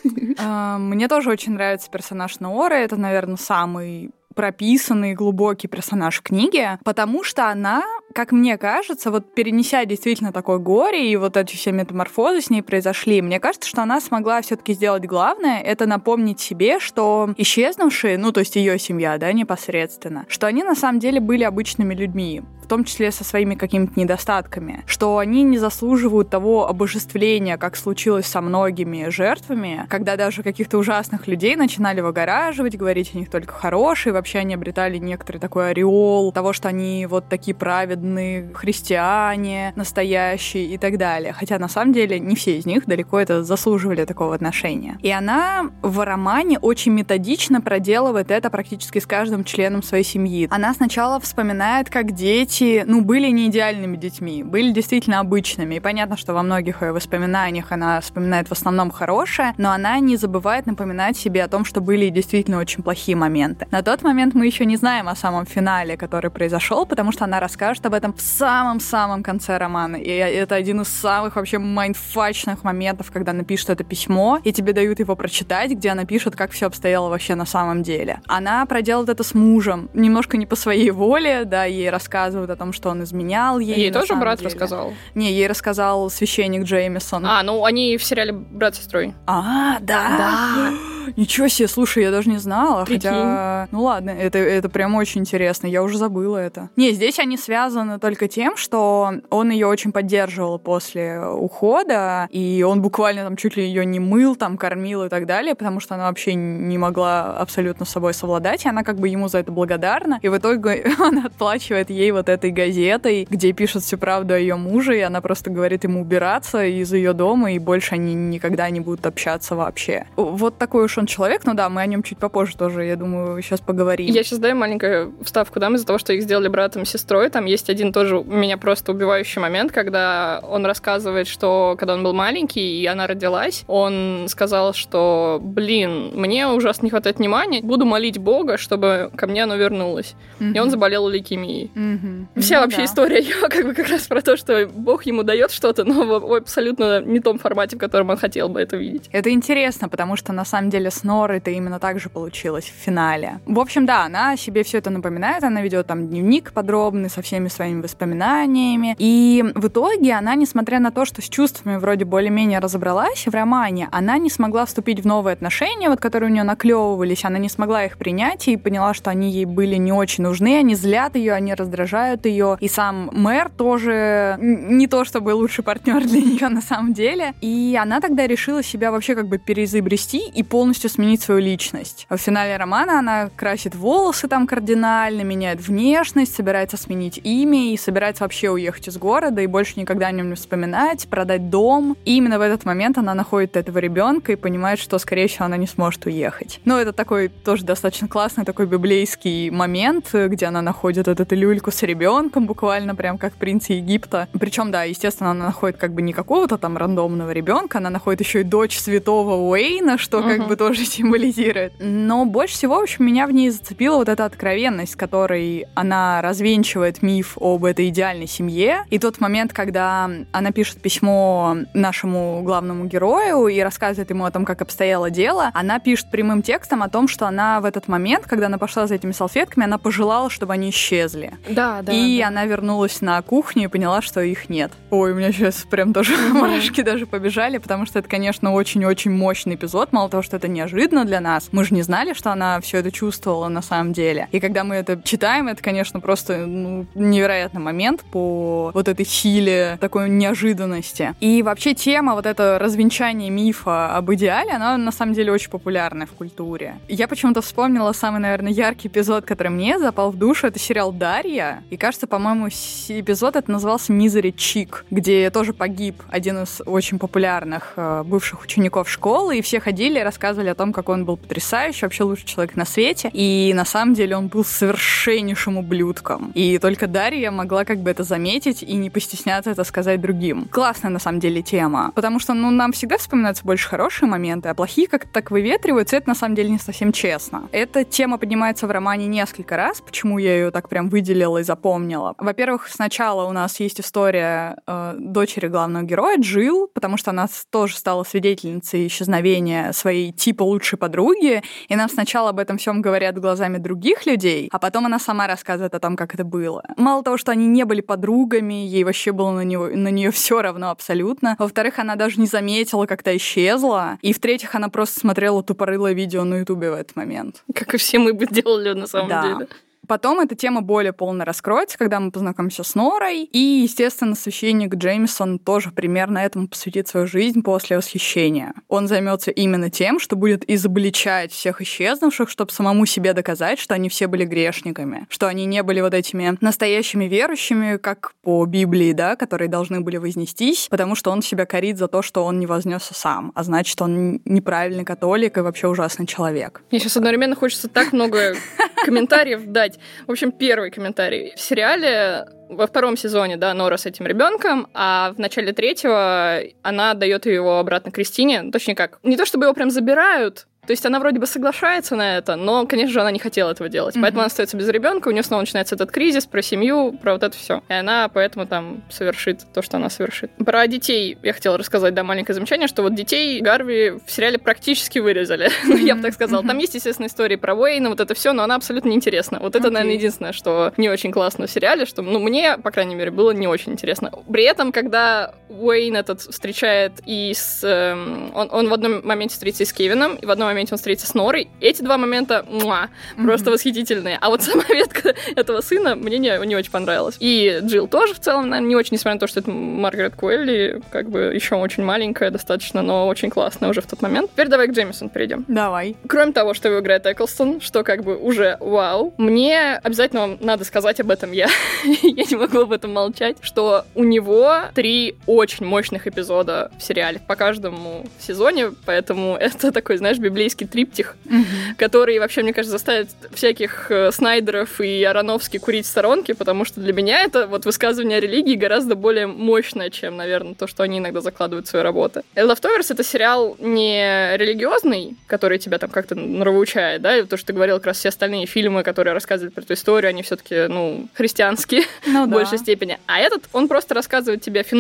Мне тоже очень нравится персонаж Нооры. Это, наверное, самый прописанный глубокий персонаж в книге, потому что она, как мне кажется, вот перенеся действительно такое горе, и вот эти все метаморфозы с ней произошли, мне кажется, что она смогла все-таки сделать главное, это напомнить себе, что исчезнувшие, ну, то есть ее семья, да, непосредственно, что они на самом деле были обычными людьми, в том числе со своими какими-то недостатками, что они не заслуживают того обожествления, как случилось со многими жертвами, когда даже каких-то ужасных людей начинали выгораживать, говорить о них только хорошие, вообще они обретали некоторый такой ореол того, что они вот такие праведные христиане, настоящие и так далее. Хотя на самом деле не все из них далеко это заслуживали такого отношения. И она в романе очень методично проделывает это практически с каждым членом своей семьи. Она сначала вспоминает, как дети, ну, были не идеальными детьми, были действительно обычными. И понятно, что во многих ее воспоминаниях она вспоминает в основном хорошее, но она не забывает напоминать себе о том, что были действительно очень плохие моменты. На тот момент мы еще не знаем о самом финале, который произошел, потому что она расскажет об этом в самом-самом конце романа. И это один из самых вообще майндфачных моментов, когда она пишет это письмо, и тебе дают его прочитать, где она пишет, как все обстояло вообще на самом деле. Она проделает это с мужем, немножко не по своей воле, да, ей рассказывают о том, что он изменял ей. Ей тоже брат деле. рассказал? Не, ей рассказал священник Джеймисон. А, ну они в сериале «Брат с сестрой». А, да? Да. Ничего себе, слушай, я даже не знала. Прикинь. Хотя, ну ладно, это, это прям очень интересно, я уже забыла это. Не, здесь они связаны только тем, что он ее очень поддерживал после ухода, и он буквально там чуть ли ее не мыл, там кормил и так далее, потому что она вообще не могла абсолютно с собой совладать, и она как бы ему за это благодарна. И в итоге он отплачивает ей вот этой газетой, где пишут всю правду о ее муже, и она просто говорит ему убираться из ее дома, и больше они никогда не будут общаться вообще. Вот такой уж он человек, ну да, мы о нем чуть попозже тоже, я думаю, сейчас поговорим. Я сейчас даю маленькую вставку, да, из-за того, что их сделали братом и сестрой, там есть один тоже у меня просто убивающий момент, когда он рассказывает, что когда он был маленький, и она родилась, он сказал, что, блин, мне ужасно не хватает внимания, буду молить Бога, чтобы ко мне оно вернулось. Mm-hmm. И он заболел лейкемией. Mm-hmm. Вся mm-hmm, вообще да. история ее как бы как раз про то, что Бог ему дает что-то, но в абсолютно не том формате, в котором он хотел бы это видеть. Это интересно, потому что на самом деле сериале с Норой-то именно так же получилось в финале. В общем, да, она о себе все это напоминает, она ведет там дневник подробный со всеми своими воспоминаниями. И в итоге она, несмотря на то, что с чувствами вроде более-менее разобралась в романе, она не смогла вступить в новые отношения, вот, которые у нее наклевывались, она не смогла их принять и поняла, что они ей были не очень нужны, они злят ее, они раздражают ее. И сам мэр тоже не то чтобы лучший партнер для нее на самом деле. И она тогда решила себя вообще как бы переизобрести и полностью сменить свою личность. В финале романа она красит волосы там кардинально, меняет внешность, собирается сменить имя и собирается вообще уехать из города и больше никогда о нем не вспоминать, продать дом. И именно в этот момент она находит этого ребенка и понимает, что, скорее всего, она не сможет уехать. Но это такой тоже достаточно классный такой библейский момент, где она находит вот эту люльку с ребенком, буквально прям как принц Египта. Причем, да, естественно, она находит как бы не какого-то там рандомного ребенка, она находит еще и дочь святого Уэйна, что uh-huh. как бы тоже символизирует. Но больше всего, в общем, меня в ней зацепила вот эта откровенность, с которой она развенчивает миф об этой идеальной семье. И тот момент, когда она пишет письмо нашему главному герою и рассказывает ему о том, как обстояло дело, она пишет прямым текстом о том, что она в этот момент, когда она пошла за этими салфетками, она пожелала, чтобы они исчезли. Да, да. И да. она вернулась на кухню и поняла, что их нет. Ой, у меня сейчас прям тоже mm-hmm. мурашки даже побежали, потому что это, конечно, очень-очень мощный эпизод. Мало того, что это неожиданно для нас, мы же не знали, что она все это чувствовала на самом деле. И когда мы это читаем, это, конечно, просто ну, невероятный момент по вот этой силе, такой неожиданности. И вообще тема вот это развенчание мифа об идеале, она на самом деле очень популярная в культуре. Я почему-то вспомнила самый, наверное, яркий эпизод, который мне запал в душу, это сериал «Дарья». И кажется, по-моему, эпизод это назывался «Мизери Чик», где тоже погиб один из очень популярных э, бывших учеников школы, и все ходили и рассказывали о том, как он был потрясающий, вообще лучший человек на свете. И на самом деле он был совершеннейшим ублюдком. И только Дарья могла как бы это заметить и не постесняться это сказать другим. Классная на самом деле тема, потому что ну, нам всегда вспоминаются больше хорошие моменты, а плохие как-то так выветриваются, это на самом деле не совсем честно. Эта тема поднимается в романе несколько раз, почему я ее так прям выделила и запомнила. Во-первых, сначала у нас есть история э, дочери главного героя, Джилл, потому что она тоже стала свидетельницей исчезновения своей типа лучшей подруги, и нам сначала об этом всем говорят глазами других людей, а потом она сама рассказывает о том, как это было. Мало того, что они не были подругами, ей вообще было на, него, на нее все равно абсолютно. Во-вторых, она даже не заметила, как та исчезла. И в-третьих, она просто смотрела тупорылое видео на Ютубе в этот момент. Как и все мы бы делали на самом да. деле. Потом эта тема более полно раскроется, когда мы познакомимся с Норой. И, естественно, священник Джеймисон тоже примерно этому посвятит свою жизнь после восхищения. Он займется именно тем, что будет изобличать всех исчезнувших, чтобы самому себе доказать, что они все были грешниками, что они не были вот этими настоящими верующими, как по Библии, да, которые должны были вознестись, потому что он себя корит за то, что он не вознесся сам, а значит, он неправильный католик и вообще ужасный человек. Мне сейчас одновременно хочется так много комментариев дать. В общем, первый комментарий. В сериале во втором сезоне, да, Нора с этим ребенком, а в начале третьего она отдает его обратно Кристине. Точнее как, не то чтобы его прям забирают, то есть она вроде бы соглашается на это, но, конечно же, она не хотела этого делать. Mm-hmm. Поэтому она остается без ребенка, у нее снова начинается этот кризис про семью, про вот это все. И она поэтому там совершит то, что она совершит. Про детей я хотела рассказать, да, маленькое замечание, что вот детей Гарви в сериале практически вырезали. Mm-hmm. Я бы так сказала. Mm-hmm. Там есть, естественно, истории про Уэйна, вот это все, но она абсолютно неинтересна. Вот это, okay. наверное, единственное, что не очень классно в сериале, что, ну, мне, по крайней мере, было не очень интересно. При этом, когда Уэйн этот встречает и с... Э, он, он в одном моменте встретится и с Кевином, и в одном моменте он встретится с Норой. Эти два момента муа, mm-hmm. просто восхитительные. А вот сама ветка этого сына мне не, не очень понравилась. И Джилл тоже в целом, наверное, не очень, несмотря на то, что это Маргарет Куэлли, как бы еще очень маленькая достаточно, но очень классная уже в тот момент. Теперь давай к Джеймисону перейдем. Давай. Кроме того, что его играет Эклстон, что как бы уже вау, мне обязательно вам надо сказать об этом я. Я не могу об этом молчать, что у него три очень мощных эпизода в сериале по каждому сезоне, поэтому это такой, знаешь, библейский триптих, mm-hmm. который вообще, мне кажется, заставит всяких э, Снайдеров и Аронофски курить в сторонке, потому что для меня это вот высказывание о религии гораздо более мощное, чем, наверное, то, что они иногда закладывают в свои работы. Leftovers — это сериал не религиозный, который тебя там как-то нравоучает, да, и то, что ты говорил, как раз все остальные фильмы, которые рассказывают про эту историю, они все-таки, ну, христианские ну, в да. большей степени. А этот, он просто рассказывает тебе о феномене религии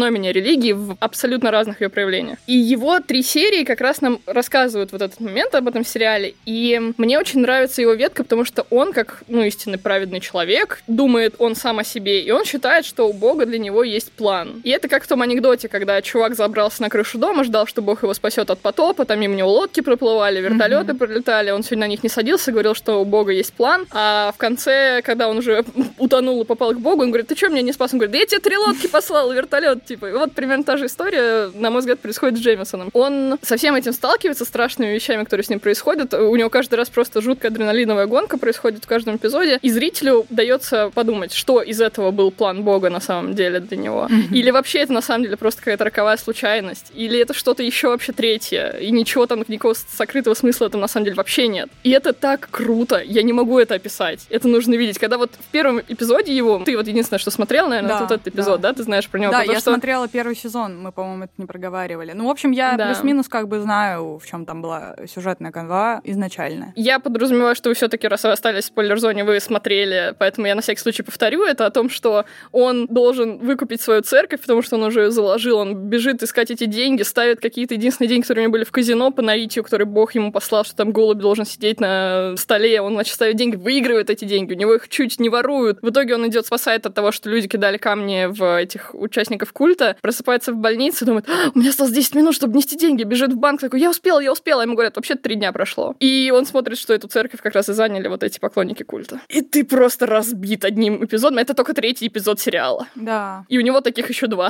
религии в абсолютно разных ее проявлениях. И его три серии как раз нам рассказывают вот этот момент об этом сериале. И мне очень нравится его ветка, потому что он, как, ну, истинный праведный человек, думает он сам о себе, и он считает, что у Бога для него есть план. И это как в том анекдоте, когда чувак забрался на крышу дома, ждал, что Бог его спасет от потопа, там мимо него лодки проплывали, вертолеты mm-hmm. пролетали, он сегодня на них не садился, говорил, что у Бога есть план, а в конце, когда он уже утонул и попал к Богу, он говорит: ты что, меня не спас? Он говорит: да я тебе три лодки послал, вертолет, типа. И вот примерно та же история, на мой взгляд, происходит с Джеймисоном. Он со всем этим сталкивается, страшными вещами, которые с ним происходят. У него каждый раз просто жуткая адреналиновая гонка происходит в каждом эпизоде, и зрителю дается подумать, что из этого был план Бога на самом деле для него. Mm-hmm. Или вообще это на самом деле просто какая-то роковая случайность. Или это что-то еще вообще третье. И ничего там, никакого сокрытого смысла там на самом деле вообще нет. И это так круто. Я не могу это описать. Это нужно видеть. Когда вот в первом эпизоде его, ты вот единственное, что смотрел, наверное, да, вот этот эпизод, да. да? Ты знаешь про него? Да, потому я что... смотрела первый сезон, мы, по-моему, это не проговаривали. Ну, в общем, я да. плюс-минус как бы знаю, в чем там была сюжетная канва изначально. Я подразумеваю, что вы все-таки, раз вы остались в спойлер-зоне, вы смотрели, поэтому я на всякий случай повторю это, о том, что он должен выкупить свою церковь, потому что он уже ее заложил, он бежит искать эти деньги, ставит какие-то единственные деньги, которые у него были в казино по наитию, который Бог ему послал, что там голубь должен сидеть на столе, он, значит, ставит деньги, выигрывает эти деньги, у него их чуть не воруют. В итоге он идет, спасает от того, что люди кидали камни в этих участников культа, просыпается в больнице, думает: а, у меня осталось десять минут, чтобы нести деньги, бежит в банк, такой: я успел, я успел, а ему говорят: вообще три дня прошло. И он смотрит, что эту церковь как раз и заняли вот эти поклонники культа. И ты просто разбит одним эпизодом. Это только третий эпизод сериала. Да. И у него таких еще два.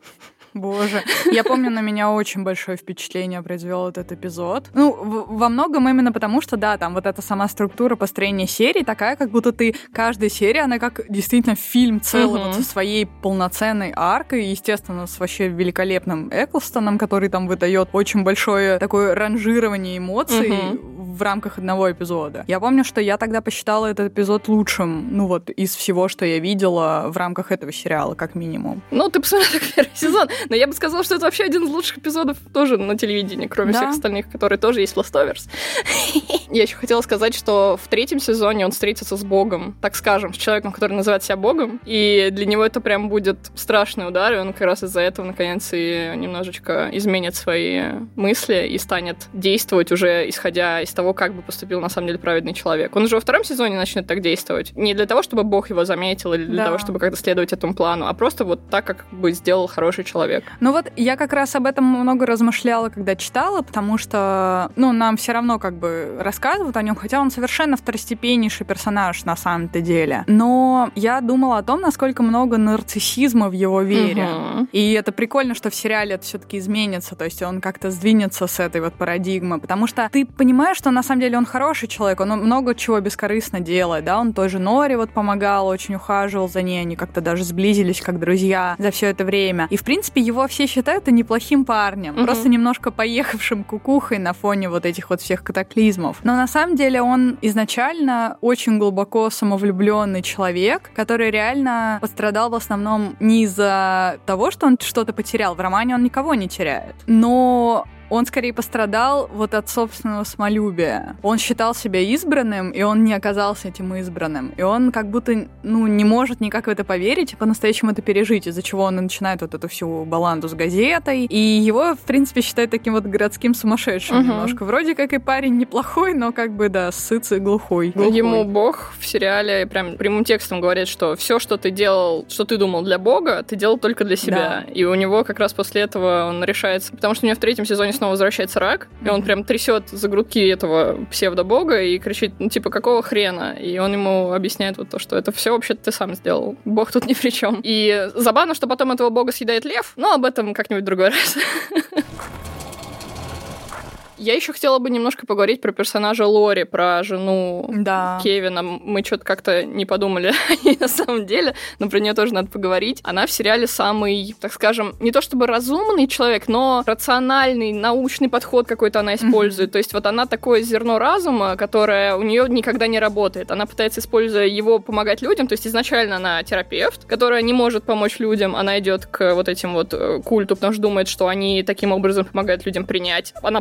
Боже. Я помню, на меня очень большое впечатление произвел этот эпизод. Ну, в- во многом именно потому, что, да, там вот эта сама структура построения серии такая, как будто ты... Каждая серия, она как действительно фильм целый, uh-huh. вот со своей полноценной аркой, естественно, с вообще великолепным Эклстоном, который там выдает очень большое такое ранжирование эмоций uh-huh. в рамках одного эпизода. Я помню, что я тогда посчитала этот эпизод лучшим, ну вот, из всего, что я видела в рамках этого сериала, как минимум. Ну, ты посмотрела первый сезон. Но я бы сказала, что это вообще один из лучших эпизодов тоже на телевидении, кроме да. всех остальных, которые тоже есть в Leftovers. Я еще хотела сказать, что в третьем сезоне он встретится с Богом, так скажем, с человеком, который называет себя Богом, и для него это прям будет страшный удар, и он как раз из-за этого, наконец, и немножечко изменит свои мысли и станет действовать уже исходя из того, как бы поступил на самом деле праведный человек. Он уже во втором сезоне начнет так действовать. Не для того, чтобы Бог его заметил, или для да. того, чтобы как-то следовать этому плану, а просто вот так, как бы сделал хороший человек. Ну вот я как раз об этом много размышляла, когда читала, потому что, ну, нам все равно как бы рассказывают о нем, хотя он совершенно второстепеннейший персонаж на самом-то деле. Но я думала о том, насколько много нарциссизма в его вере. Uh-huh. И это прикольно, что в сериале это все-таки изменится, то есть он как-то сдвинется с этой вот парадигмы, потому что ты понимаешь, что на самом деле он хороший человек, он много чего бескорыстно делает, да, он той же Норе вот помогал, очень ухаживал за ней, они как-то даже сблизились как друзья за все это время. И в принципе его все считают неплохим парнем, uh-huh. просто немножко поехавшим кукухой на фоне вот этих вот всех катаклизмов. Но на самом деле он изначально очень глубоко самовлюбленный человек, который реально пострадал в основном не из-за того, что он что-то потерял. В романе он никого не теряет. Но он скорее пострадал вот от собственного самолюбия. Он считал себя избранным, и он не оказался этим избранным. И он как будто, ну, не может никак в это поверить и по-настоящему это пережить, из-за чего он и начинает вот эту всю баланду с газетой. И его, в принципе, считают таким вот городским сумасшедшим uh-huh. немножко. Вроде как и парень неплохой, но как бы, да, сыц и глухой. глухой. Ему Бог в сериале прям прямым текстом говорит, что все, что ты делал, что ты думал для Бога, ты делал только для себя. Да. И у него как раз после этого он решается, потому что у него в третьем сезоне снова возвращается рак, и он прям трясет за грудки этого псевдобога и кричит, ну, типа, какого хрена? И он ему объясняет вот то, что это все вообще-то ты сам сделал. Бог тут ни при чем. И забавно, что потом этого бога съедает лев, но об этом как-нибудь в другой раз. Я еще хотела бы немножко поговорить про персонажа Лори, про жену да. Кевина. Мы что-то как-то не подумали о ней на самом деле, но про нее тоже надо поговорить. Она в сериале самый, так скажем, не то чтобы разумный человек, но рациональный, научный подход какой-то она использует. Mm-hmm. То есть вот она такое зерно разума, которое у нее никогда не работает. Она пытается, используя его, помогать людям. То есть изначально она терапевт, которая не может помочь людям. Она идет к вот этим вот культу, потому что думает, что они таким образом помогают людям принять. Она понимает, что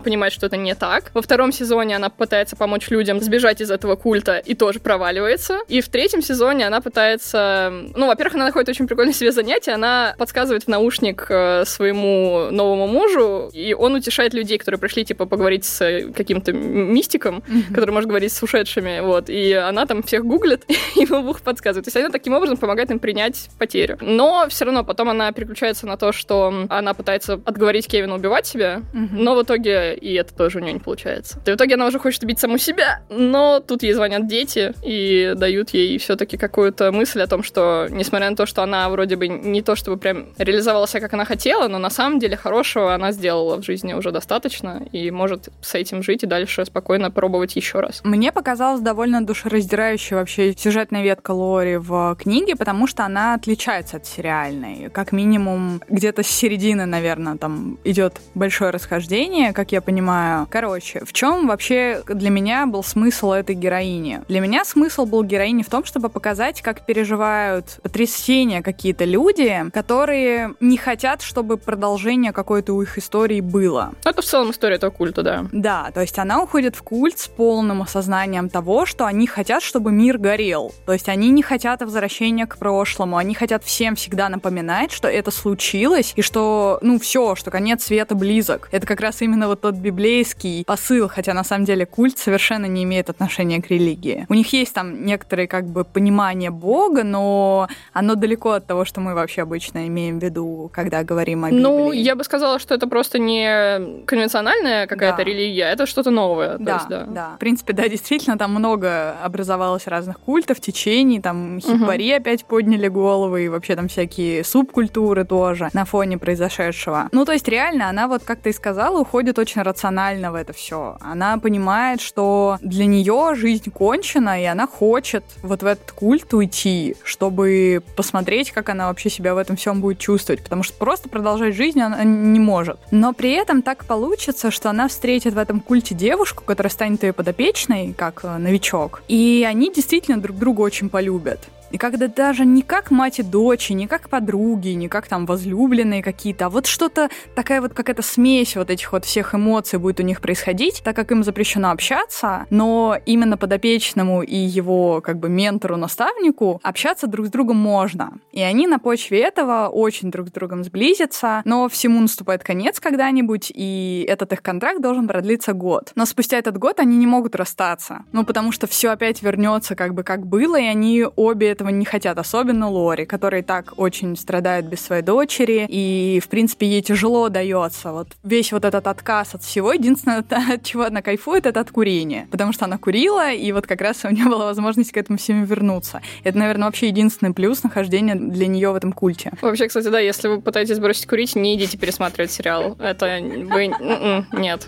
что это не так. Во втором сезоне она пытается помочь людям сбежать из этого культа и тоже проваливается. И в третьем сезоне она пытается... Ну, во-первых, она находит очень прикольное себе занятие. Она подсказывает в наушник своему новому мужу, и он утешает людей, которые пришли, типа, поговорить с каким-то мистиком, mm-hmm. который может говорить с ушедшими, вот. И она там всех гуглит, и ему Бог подсказывает. То есть она таким образом помогает им принять потерю. Но все равно потом она переключается на то, что она пытается отговорить Кевина убивать себя, mm-hmm. но в итоге и это тоже у нее не получается. И в итоге она уже хочет убить саму себя, но тут ей звонят дети и дают ей все-таки какую-то мысль о том, что, несмотря на то, что она вроде бы не то чтобы прям реализовала себя, как она хотела, но на самом деле хорошего она сделала в жизни уже достаточно и может с этим жить и дальше спокойно пробовать еще раз. Мне показалась довольно душераздирающая вообще сюжетная ветка Лори в книге, потому что она отличается от сериальной. Как минимум, где-то с середины, наверное, там идет большое расхождение, как я понимаю. Короче, в чем вообще для меня был смысл этой героини? Для меня смысл был героини в том, чтобы показать, как переживают потрясения какие-то люди, которые не хотят, чтобы продолжение какой-то у их истории было. Это в целом история этого культа, да. Да, то есть она уходит в культ с полным осознанием того, что они хотят, чтобы мир горел. То есть они не хотят возвращения к прошлому, они хотят всем всегда напоминать, что это случилось, и что, ну, все, что конец света близок. Это как раз именно вот тот библейский посыл, хотя на самом деле культ совершенно не имеет отношения к религии. У них есть там некоторые как бы понимание Бога, но оно далеко от того, что мы вообще обычно имеем в виду, когда говорим о Библии. Ну, я бы сказала, что это просто не конвенциональная какая-то да. религия, это что-то новое. Да, есть, да, да. В принципе, да, действительно, там много образовалось разных культов, течений, там хипари угу. опять подняли головы, и вообще там всякие субкультуры тоже на фоне произошедшего. Ну, то есть реально она, вот как ты и сказала, уходит очень рационально в это все. Она понимает, что для нее жизнь кончена, и она хочет вот в этот культ уйти, чтобы посмотреть, как она вообще себя в этом всем будет чувствовать, потому что просто продолжать жизнь она не может. Но при этом так получится, что она встретит в этом культе девушку, которая станет ее подопечной, как новичок, и они действительно друг друга очень полюбят. И когда даже не как мать и дочь, не как подруги, не как там возлюбленные какие-то, а вот что-то, такая вот какая-то смесь вот этих вот всех эмоций будет у них происходить, так как им запрещено общаться, но именно подопечному и его как бы ментору-наставнику общаться друг с другом можно. И они на почве этого очень друг с другом сблизятся, но всему наступает конец когда-нибудь, и этот их контракт должен продлиться год. Но спустя этот год они не могут расстаться, ну потому что все опять вернется как бы как было, и они обе этого не хотят, особенно Лори, которая и так очень страдает без своей дочери, и, в принципе, ей тяжело дается вот весь вот этот отказ от всего. Единственное, от чего она кайфует, это от курения, потому что она курила, и вот как раз у нее была возможность к этому всему вернуться. Это, наверное, вообще единственный плюс нахождения для нее в этом культе. Вообще, кстати, да, если вы пытаетесь бросить курить, не идите пересматривать сериал. Это вы... Нет.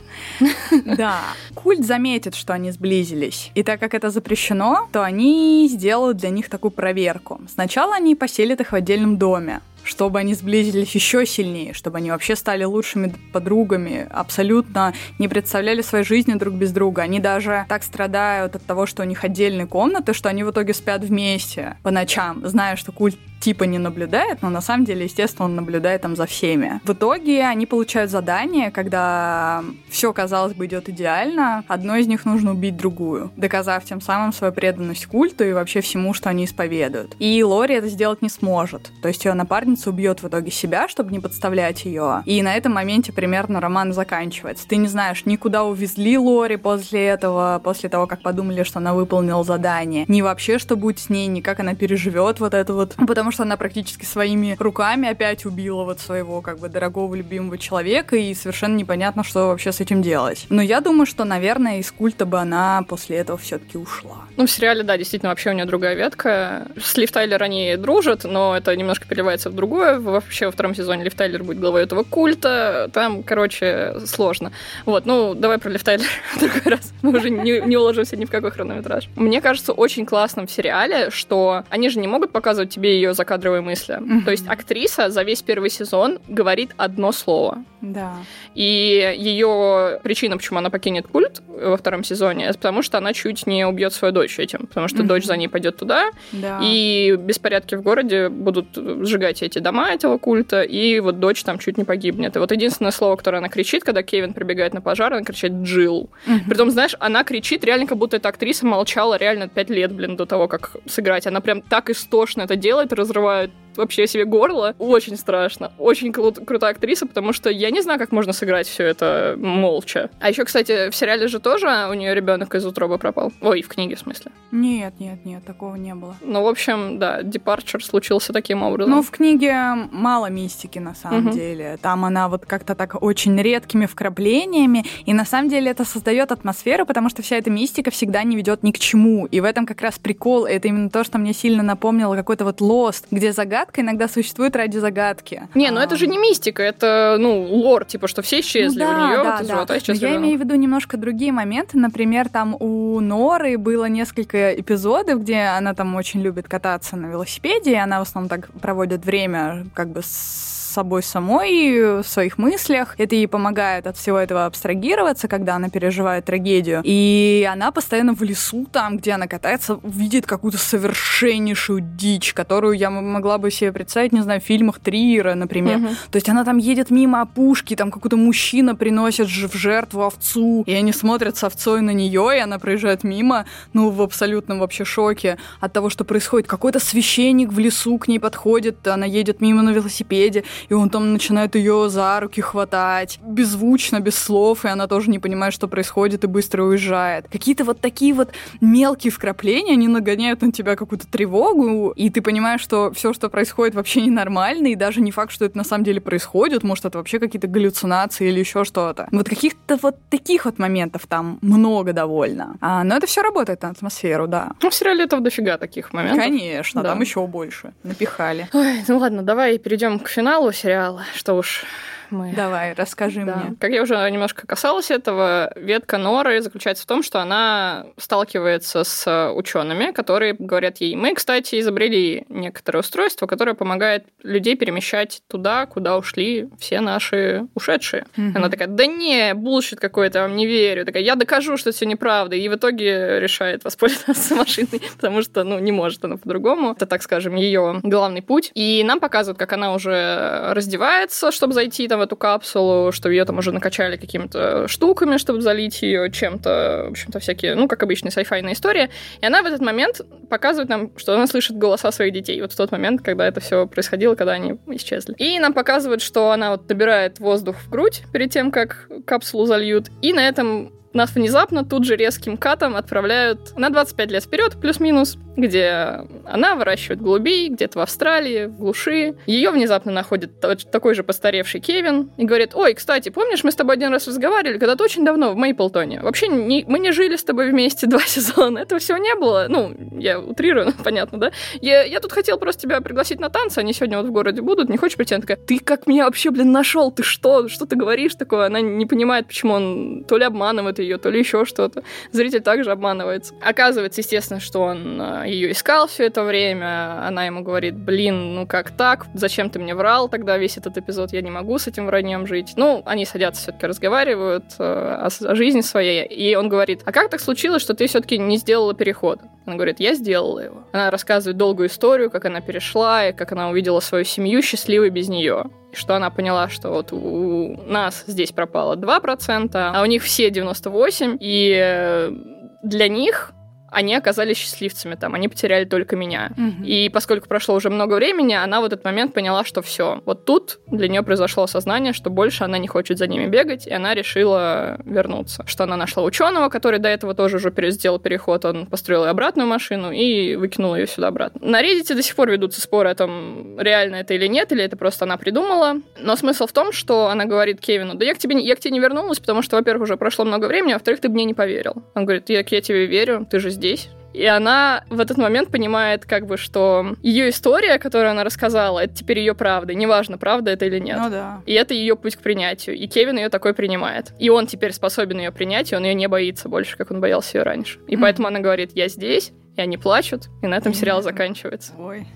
Да. Культ заметит, что они сблизились, и так как это запрещено, то они сделают для них такую проверку. Сначала они поселят их в отдельном доме, чтобы они сблизились еще сильнее, чтобы они вообще стали лучшими подругами, абсолютно не представляли своей жизни друг без друга. Они даже так страдают от того, что у них отдельные комнаты, что они в итоге спят вместе по ночам, зная, что культ типа не наблюдает, но на самом деле, естественно, он наблюдает там за всеми. В итоге они получают задание, когда все, казалось бы, идет идеально, одной из них нужно убить другую, доказав тем самым свою преданность культу и вообще всему, что они исповедуют. И Лори это сделать не сможет. То есть ее напарница убьет в итоге себя, чтобы не подставлять ее. И на этом моменте примерно роман заканчивается. Ты не знаешь, никуда увезли Лори после этого, после того, как подумали, что она выполнила задание, ни вообще, что будет с ней, ни как она переживет вот это вот. Потому что она практически своими руками опять убила вот своего как бы дорогого любимого человека, и совершенно непонятно, что вообще с этим делать. Но я думаю, что, наверное, из культа бы она после этого все-таки ушла. Ну, в сериале, да, действительно, вообще у нее другая ветка. С Лив Тайлер они дружат, но это немножко переливается в другое. Вообще во втором сезоне Лив Тайлер будет главой этого культа. Там, короче, сложно. Вот, ну, давай про Лив Тайлер в другой раз. Мы уже не, не уложимся ни в какой хронометраж. Мне кажется, очень классным в сериале, что они же не могут показывать тебе ее закадровые мысли. Mm-hmm. То есть актриса за весь первый сезон говорит одно слово. Да. И ее причина, почему она покинет культ во втором сезоне, это потому что она чуть не убьет свою дочь этим, потому что mm-hmm. дочь за ней пойдет туда, да. и беспорядки в городе будут сжигать эти дома этого культа, и вот дочь там чуть не погибнет. И вот единственное слово, которое она кричит, когда Кевин прибегает на пожар, она кричит «Джилл». Mm-hmm. Притом, знаешь, она кричит реально, как будто эта актриса молчала реально пять лет, блин, до того, как сыграть. Она прям так истошно это делает, разрывает вообще себе горло. Очень страшно. Очень кру- крутая актриса, потому что я не знаю, как можно сыграть все это молча. А еще, кстати, в сериале же тоже у нее ребенок из утробы пропал. Ой, в книге, в смысле. Нет, нет, нет, такого не было. Ну, в общем, да, депарчер случился таким образом. Ну, в книге мало мистики, на самом угу. деле. Там она вот как-то так очень редкими вкраплениями, и на самом деле это создает атмосферу, потому что вся эта мистика всегда не ведет ни к чему. И в этом как раз прикол. Это именно то, что мне сильно напомнило какой-то вот Lost, где загадка иногда существует ради загадки. Не, ну а... это же не мистика, это, ну, лор, типа, что все исчезли, ну, да, у нее да, вот да. живота исчез Я ребенок. имею в виду немножко другие моменты. Например, там у Норы было несколько эпизодов, где она там очень любит кататься на велосипеде, и она в основном так проводит время как бы с собой самой, в своих мыслях. Это ей помогает от всего этого абстрагироваться, когда она переживает трагедию. И она постоянно в лесу, там, где она катается, видит какую-то совершеннейшую дичь, которую я могла бы себе представить, не знаю, в фильмах Триера, например. Uh-huh. То есть она там едет мимо опушки, там какой-то мужчина приносит в жертву овцу, и они смотрят с овцой на нее, и она проезжает мимо, ну, в абсолютном вообще шоке от того, что происходит. Какой-то священник в лесу к ней подходит, она едет мимо на велосипеде, и он там начинает ее за руки хватать, беззвучно, без слов, и она тоже не понимает, что происходит, и быстро уезжает. Какие-то вот такие вот мелкие вкрапления, они нагоняют на тебя какую-то тревогу, и ты понимаешь, что все, что происходит, вообще ненормально, и даже не факт, что это на самом деле происходит, может, это вообще какие-то галлюцинации или еще что-то. Вот каких-то вот таких вот моментов там много довольно. А, но это все работает на атмосферу, да. Ну, в сериале это дофига таких моментов. Конечно, да. Там еще больше. Напихали. Ой, ну ладно, давай перейдем к финалу сериала, что уж мы... Давай, расскажи да. мне. Как я уже немножко касалась этого, ветка Норы заключается в том, что она сталкивается с учеными, которые говорят ей: мы, кстати, изобрели некоторое устройство, которое помогает людей перемещать туда, куда ушли все наши ушедшие. Mm-hmm. Она такая: да не, булшит какой-то, я вам не верю. Такая: я докажу, что это все неправда. И в итоге решает воспользоваться машиной, потому что, ну, не может она по-другому. Это, так скажем, ее главный путь. И нам показывают, как она уже раздевается, чтобы зайти там в эту капсулу, что ее там уже накачали какими-то штуками, чтобы залить ее чем-то, в общем-то, всякие, ну, как обычная сайфайная история. И она в этот момент показывает нам, что она слышит голоса своих детей. Вот в тот момент, когда это все происходило, когда они исчезли. И нам показывают, что она вот набирает воздух в грудь перед тем, как капсулу зальют. И на этом нас внезапно тут же резким катом отправляют на двадцать пять лет вперед, плюс-минус, где она выращивает голубей где-то в Австралии, в глуши. Ее внезапно находит такой же постаревший Кевин и говорит: ой, кстати, помнишь, мы с тобой один раз разговаривали когда-то очень давно в Мейплтоне? Вообще, не, мы не жили с тобой вместе два сезона, этого всего не было. Ну, я утрирую, понятно, да? Я, я тут хотел просто тебя пригласить на танцы, они сегодня вот в городе будут, не хочешь прийти? Она такая: ты как меня вообще, блин, нашел? Ты что? Что ты говоришь такое? Она не понимает, почему он то ли обманывает ее, то ли еще что-то. Зритель также обманывается. Оказывается, естественно, что он ее искал все это время. Она ему говорит: блин, ну как так? Зачем ты мне врал тогда весь этот эпизод? Я не могу с этим враньем жить. Ну, они садятся, все-таки разговаривают о, о жизни своей. И он говорит: а как так случилось, что ты все-таки не сделала переход? Она говорит: я сделала его. Она рассказывает долгую историю, как она перешла, и как она увидела свою семью счастливой без нее. И что она поняла, что вот у нас здесь пропало два процента, а у них все девяносто восемь процентов, и для них они оказались счастливцами там, они потеряли только меня. Mm-hmm. И поскольку прошло уже много времени, она в этот момент поняла, что все. Вот тут для нее произошло осознание, что больше она не хочет за ними бегать, и она решила вернуться. Что она нашла ученого, который до этого тоже уже сделал переход, он построил и обратную машину и выкинул ее сюда обратно. На Reddit до сих пор ведутся споры о том, реально это или нет, или это просто она придумала. Но смысл в том, что она говорит Кевину: да я к тебе, я к тебе не вернулась, потому что, во-первых, уже прошло много времени, а во-вторых, ты бы мне не поверил. Он говорит: я, я тебе верю, ты же здесь. И она в этот момент понимает, как бы, что ее история, которую она рассказала, это теперь ее правда. Неважно, правда это или нет. Ну да. И это ее путь к принятию. И Кевин ее такой принимает. И он теперь способен ее принять, и он ее не боится больше, как он боялся ее раньше. И mm-hmm. поэтому она говорит: я здесь, и они плачут, и на этом сериал заканчивается. Ой.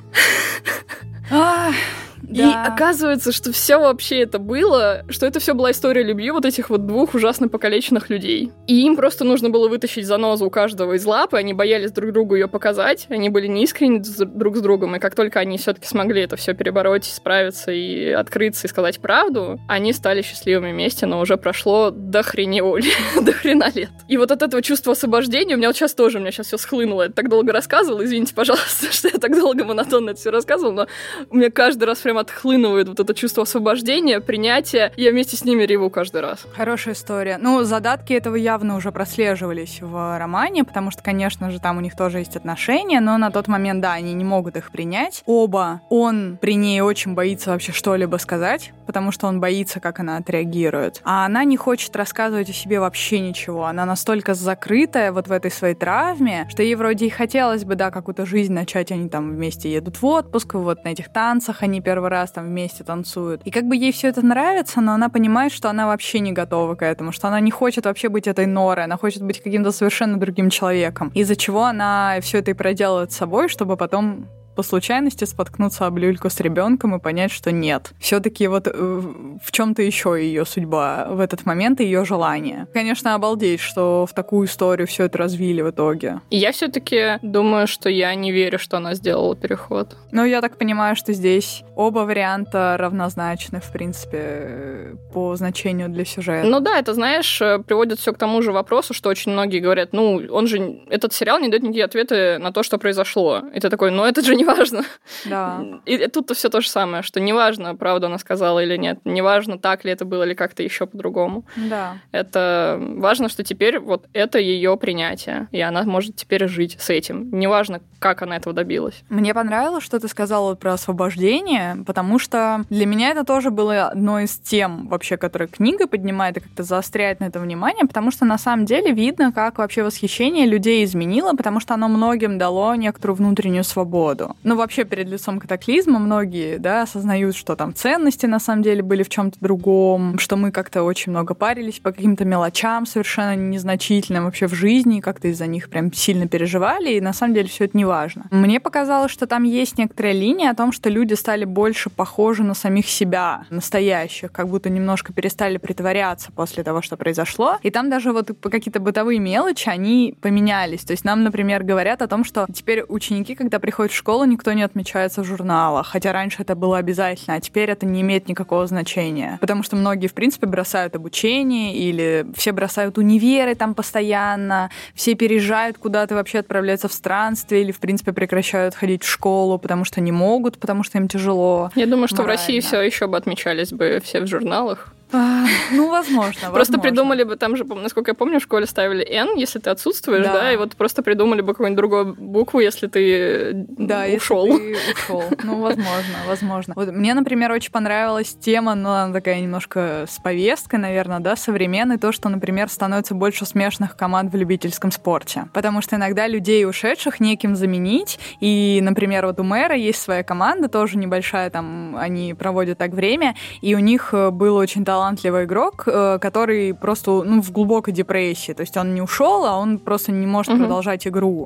И да. Оказывается, что все вообще это было, что это все была история любви вот этих вот двух ужасно покалеченных людей. И им просто нужно было вытащить занозу у каждого из лап, и они боялись друг другу ее показать, они были неискренни друг с другом, и как только они все-таки смогли это все перебороть, справиться и открыться, и сказать правду, они стали счастливыми вместе, но уже прошло до хренеоли, до хрена лет. И вот от этого чувства освобождения у меня вот сейчас тоже, у меня сейчас все схлынуло, я так долго рассказывала, извините, пожалуйста, что я так долго монотонно это все рассказывала, но у меня каждый раз прям отхлынывает вот это чувство освобождения, принятия. Я вместе с ними реву каждый раз. Хорошая история. Ну, задатки этого явно уже прослеживались в романе, потому что, конечно же, там у них тоже есть отношения, но на тот момент, да, они не могут их принять. Оба. Он при ней очень боится вообще что-либо сказать, потому что он боится, как она отреагирует. А она не хочет рассказывать о себе вообще ничего. Она настолько закрытая вот в этой своей травме, что ей вроде и хотелось бы, да, какую-то жизнь начать. Они там вместе едут в отпуск, вот на этих танцах они первый раз там вместе танцуют. И как бы ей все это нравится, но она понимает, что она вообще не готова к этому, что она не хочет вообще быть этой Норой, она хочет быть каким-то совершенно другим человеком. Из-за чего она все это и проделывает с собой, чтобы потом по случайности споткнуться об люльку с ребенком и понять, что нет. Все-таки вот э, в чем-то еще ее судьба в этот момент и ее желание. Конечно, обалдеть, что в такую историю все это развили в итоге. И я все-таки думаю, что я не верю, что она сделала переход. Ну, я так понимаю, что здесь оба варианта равнозначны, в принципе, по значению для сюжета. Ну да, это, знаешь, приводит все к тому же вопросу, что очень многие говорят, ну, он же, этот сериал не дает никакие ответы на то, что произошло. И ты такой, ну, это же не важно. Да. И, и тут-то все то же самое, что неважно, правду она сказала или нет, неважно, так ли это было или как-то еще по-другому. Да. Это важно, что теперь вот это ее принятие, и она может теперь жить с этим. Неважно, как она этого добилась. Мне понравилось, что ты сказала про освобождение, потому что для меня это тоже было одной из тем, вообще, которые книга поднимает и как-то заостряет на это внимание, потому что на самом деле видно, как вообще восхищение людей изменило, потому что оно многим дало некоторую внутреннюю свободу. Ну, вообще, перед лицом катаклизма многие, да, осознают, что там ценности на самом деле были в чем-то другом, что мы как-то очень много парились по каким-то мелочам совершенно незначительным вообще в жизни, и как-то из-за них прям сильно переживали, и на самом деле все это не важно. Мне показалось, что там есть некоторая линия о том, что люди стали больше похожи на самих себя, настоящих, как будто немножко перестали притворяться после того, что произошло. И там даже вот какие-то бытовые мелочи, они поменялись. То есть нам, например, говорят о том, что теперь ученики, когда приходят в школу, никто не отмечается в журналах, хотя раньше это было обязательно, а теперь это не имеет никакого значения. Потому что многие, в принципе, бросают обучение, или все бросают универы там постоянно, все переезжают куда-то, вообще отправляются в странствие, или, в принципе, прекращают ходить в школу, потому что не могут, потому что им тяжело. Я думаю, что морально. В России все еще бы отмечались бы все в журналах. А, ну, возможно. Просто возможно. придумали бы, там же, насколько я помню, в школе ставили «Н», если ты отсутствуешь, да, да и вот просто придумали бы какую-нибудь другую букву, если ты да, ушел. Если ты ушел. Ну, возможно, возможно. Вот мне, например, очень понравилась тема, но она такая немножко с повесткой, наверное, да, современной, то, что, например, становится больше смешанных команд в любительском спорте. Потому что иногда людей ушедших неким заменить, и, например, вот у Мэра есть своя команда, тоже небольшая, там, они проводят так время, и у них был очень талантливый талантливый игрок, который просто ну, в глубокой депрессии. То есть он не ушел, а он просто не может uh-huh. продолжать игру.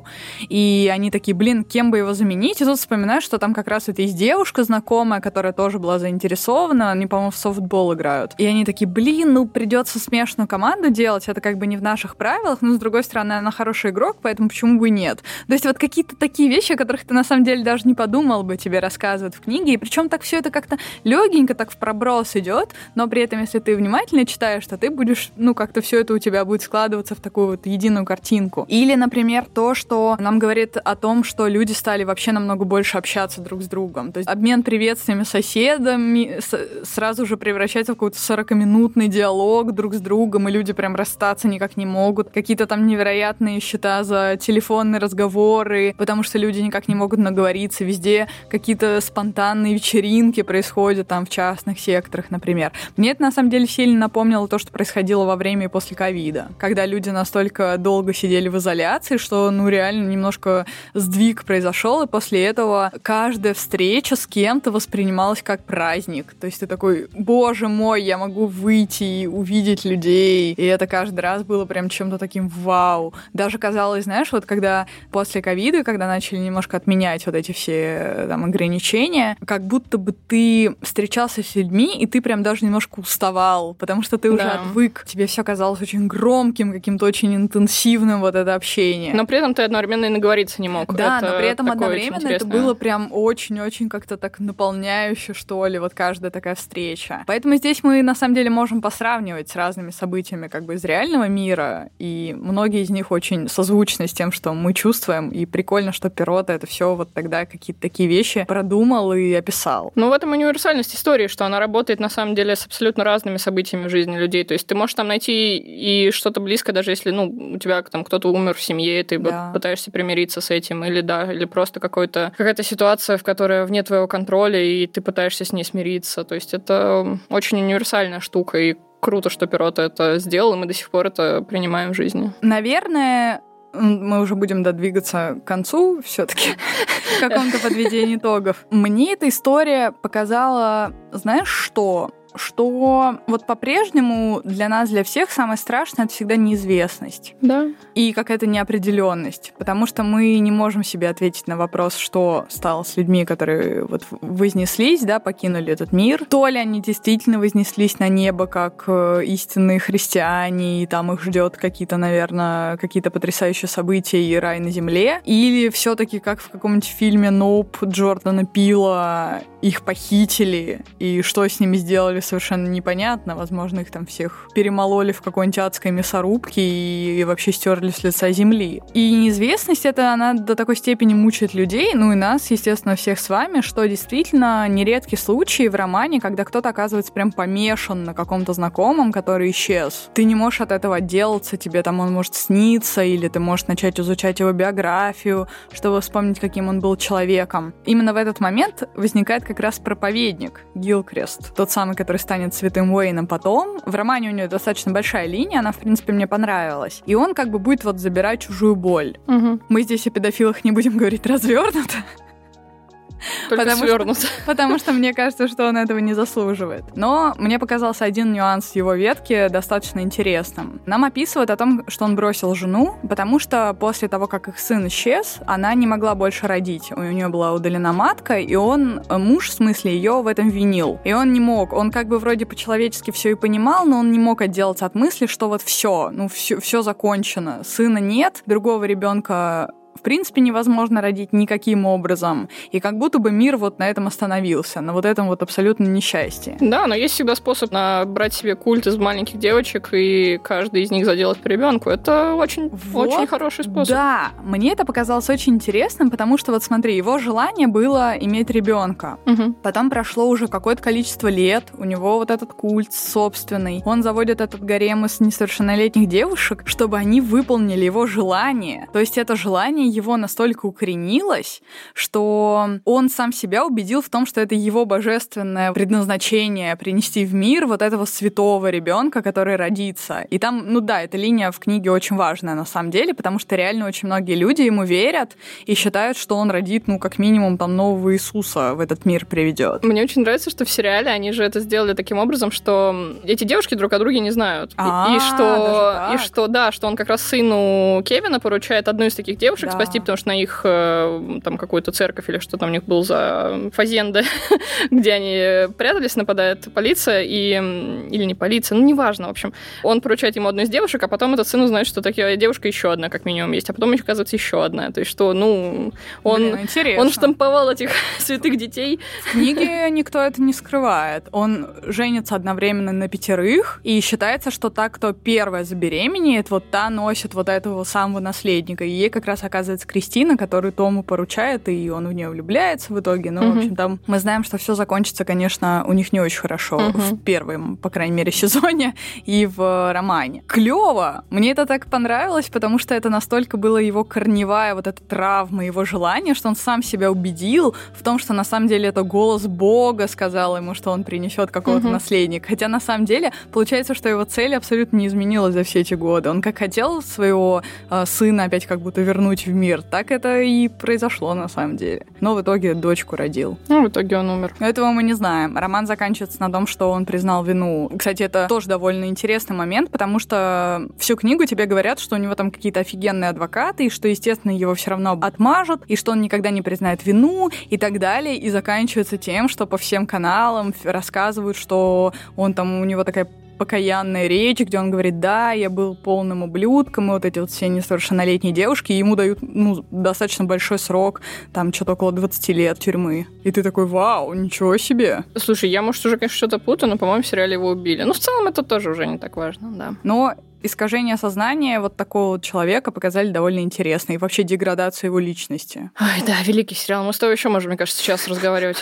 И они такие, блин, кем бы его заменить? И тут вспоминаю, что там как раз вот есть девушка знакомая, которая тоже была заинтересована. Они, по-моему, в софтбол играют. И они такие, блин, ну придется смешанную команду делать. Это как бы не в наших правилах, но с другой стороны, она хороший игрок, поэтому почему бы и нет? То есть вот какие-то такие вещи, о которых ты на самом деле даже не подумал бы, тебе рассказывают в книге. И причем так все это как-то легенько, так в проброс идет, но при этом, если ты внимательно читаешь, то ты будешь, ну, как-то все это у тебя будет складываться в такую вот единую картинку. Или, например, то, что нам говорит о том, что люди стали вообще намного больше общаться друг с другом. То есть обмен приветствиями с соседами сразу же превращается в какой-то сорокаминутный диалог друг с другом, и люди прям расстаться никак не могут. Какие-то там невероятные счета за телефонные разговоры, потому что люди никак не могут наговориться. Везде какие-то спонтанные вечеринки происходят там в частных секторах, например. Мне это на самом деле сильно напомнило то, что происходило во время и после ковида, когда люди настолько долго сидели в изоляции, что, ну, реально немножко сдвиг произошел, и после этого каждая встреча с кем-то воспринималась как праздник. То есть ты такой, боже мой, я могу выйти и увидеть людей, и это каждый раз было прям чем-то таким вау. Даже казалось, знаешь, вот когда после ковида, когда начали немножко отменять вот эти все там ограничения, как будто бы ты встречался с людьми, и ты прям даже немножко уставал, потому что ты уже Да. отвык. Тебе все казалось очень громким, каким-то очень интенсивным вот это общение. Но при этом ты одновременно и наговориться не мог. Да, Это но при этом такое очень одновременно это интересное. было прям очень-очень как-то так наполняюще, что ли, вот каждая такая встреча. Поэтому здесь мы, на самом деле, можем посравнивать с разными событиями как бы из реального мира, и многие из них очень созвучны с тем, что мы чувствуем, и прикольно, что Перотто это все вот тогда какие-то такие вещи продумал и описал. Ну, в этом универсальность истории, что она работает, на самом деле, с абсолютно разными событиями в жизни людей. То есть ты можешь там найти и что-то близкое, даже если, ну, у тебя там кто-то умер в семье, ты Да. пытаешься примириться с этим, или да, или просто какой-то, какая-то ситуация, в которой вне твоего контроля, и ты пытаешься с ней смириться. То есть это очень универсальная штука, и круто, что Перотто это сделал, и мы до сих пор это принимаем в жизни. Наверное, мы уже будем додвигаться к концу все-таки, к какому-то подведению итогов. Мне эта история показала, знаешь что? Что вот по-прежнему для нас, для всех самое страшное — это всегда неизвестность. Да. И какая-то неопределенность, потому что мы не можем себе ответить на вопрос, что стало с людьми, которые вот вознеслись, да, покинули этот мир. То ли они действительно вознеслись на небо как э, истинные христиане, и там их ждет какие-то, наверное, какие-то потрясающие события и рай на земле, или все-таки как в каком-нибудь фильме «Ноуп» Джордана Пила их похитили, и что с ними сделали, совершенно непонятно. Возможно, их там всех перемололи в какой-нибудь адской мясорубке и, и вообще стерли с лица земли. И неизвестность эта, она до такой степени мучает людей, ну и нас, естественно, всех с вами, что действительно нередкий случай в романе, когда кто-то оказывается прям помешан на каком-то знакомом, который исчез. Ты не можешь от этого отделаться, тебе там он может сниться, или ты можешь начать изучать его биографию, чтобы вспомнить, каким он был человеком. Именно в этот момент возникает как раз проповедник Гилкрест, тот самый, который станет святым Уэйном потом. В романе у нее достаточно большая линия, она, в принципе, мне понравилась. И он как бы будет вот забирать чужую боль. Угу. Мы здесь о педофилах не будем говорить развернуто. Только Потому свернут. Что, потому что мне кажется, что он этого не заслуживает. Но мне показался один нюанс его ветки достаточно интересным. Нам описывают о том, что он бросил жену, потому что после того, как их сын исчез, она не могла больше родить. У нее была удалена матка, и он, муж, в смысле, ее в этом винил. И он не мог. Он как бы вроде по-человечески все и понимал, но он не мог отделаться от мысли, что вот все, ну все, все закончено. Сына нет, другого ребенка в принципе невозможно родить никаким образом. И как будто бы мир вот на этом остановился, на вот этом вот абсолютном несчастье. Да, но есть всегда способ набрать себе культ из маленьких девочек и каждый из них заделать по ребенку. Это очень, Вот, очень хороший способ. Да, мне это показалось очень интересным, потому что вот смотри, его желание было иметь ребенка. Угу. Потом прошло уже какое-то количество лет, у него вот этот культ собственный. Он заводит этот гарем из несовершеннолетних девушек, чтобы они выполнили его желание. То есть это желание его настолько укоренилось, что он сам себя убедил в том, что это его божественное предназначение принести в мир вот этого святого ребенка, который родится. И там, ну да, эта линия в книге очень важная на самом деле, потому что реально очень многие люди ему верят и считают, что он родит, ну, как минимум, там, нового Иисуса в этот мир приведет. Мне очень нравится, что в сериале они же это сделали таким образом, что эти девушки друг о друге не знают. А, и, и что, и так. что, да, что он как раз сыну Кевина поручает одну из таких девушек Да. спасти, потому что на их э, там какую-то церковь или что там у них был за фазенда, где они прятались, нападает полиция, и, или не полиция, ну, неважно, в общем. Он поручает ему одну из девушек, а потом этот сын узнает, что такая девушка еще одна, как минимум, есть, а потом еще, оказывается, еще одна. То есть что, ну, он, Блин, интересно. он штамповал этих святых детей. В книге никто это не скрывает. Он женится одновременно на пятерых, и считается, что та, кто первая забеременеет, вот та носит вот этого самого наследника, и ей как раз оказывается оказывается, Кристина, которую Тому поручает, и он в нее влюбляется в итоге. Ну, mm-hmm. в общем, там мы знаем, что все закончится, конечно, у них не очень хорошо mm-hmm. в первом, по крайней мере, сезоне и в романе. Клево! Мне это так понравилось, потому что это настолько было его корневая вот эта травма, его желание, что он сам себя убедил в том, что на самом деле это голос Бога сказал ему, что он принесет какого-то mm-hmm. наследника. Хотя на самом деле получается, что его цель абсолютно не изменилась за все эти годы. Он как хотел своего э, сына опять как будто вернуть в мир, так это и произошло на самом деле. Но в итоге дочку родил. Ну, в итоге он умер. Этого мы не знаем. Роман заканчивается на том, что он признал вину. Кстати, это тоже довольно интересный момент, потому что всю книгу тебе говорят, что у него там какие-то офигенные адвокаты, и что, естественно, его все равно отмажут, и что он никогда не признает вину, и так далее. И заканчивается тем, что по всем каналам рассказывают, что он там, у него такая покаянная речь, где он говорит: да, я был полным ублюдком, и вот эти вот все несовершеннолетние девушки, и ему дают, ну, достаточно большой срок, там, что-то около двадцать лет тюрьмы. И ты такой: вау, ничего себе. Слушай, я, может, уже, конечно, что-то путаю, но, по-моему, в сериале его убили. Но в целом это тоже уже не так важно, да. Но искажение сознания вот такого вот человека показали довольно интересно, и вообще деградацию его личности. Ой, да, великий сериал. Мы с тобой еще можем, мне кажется, сейчас разговаривать.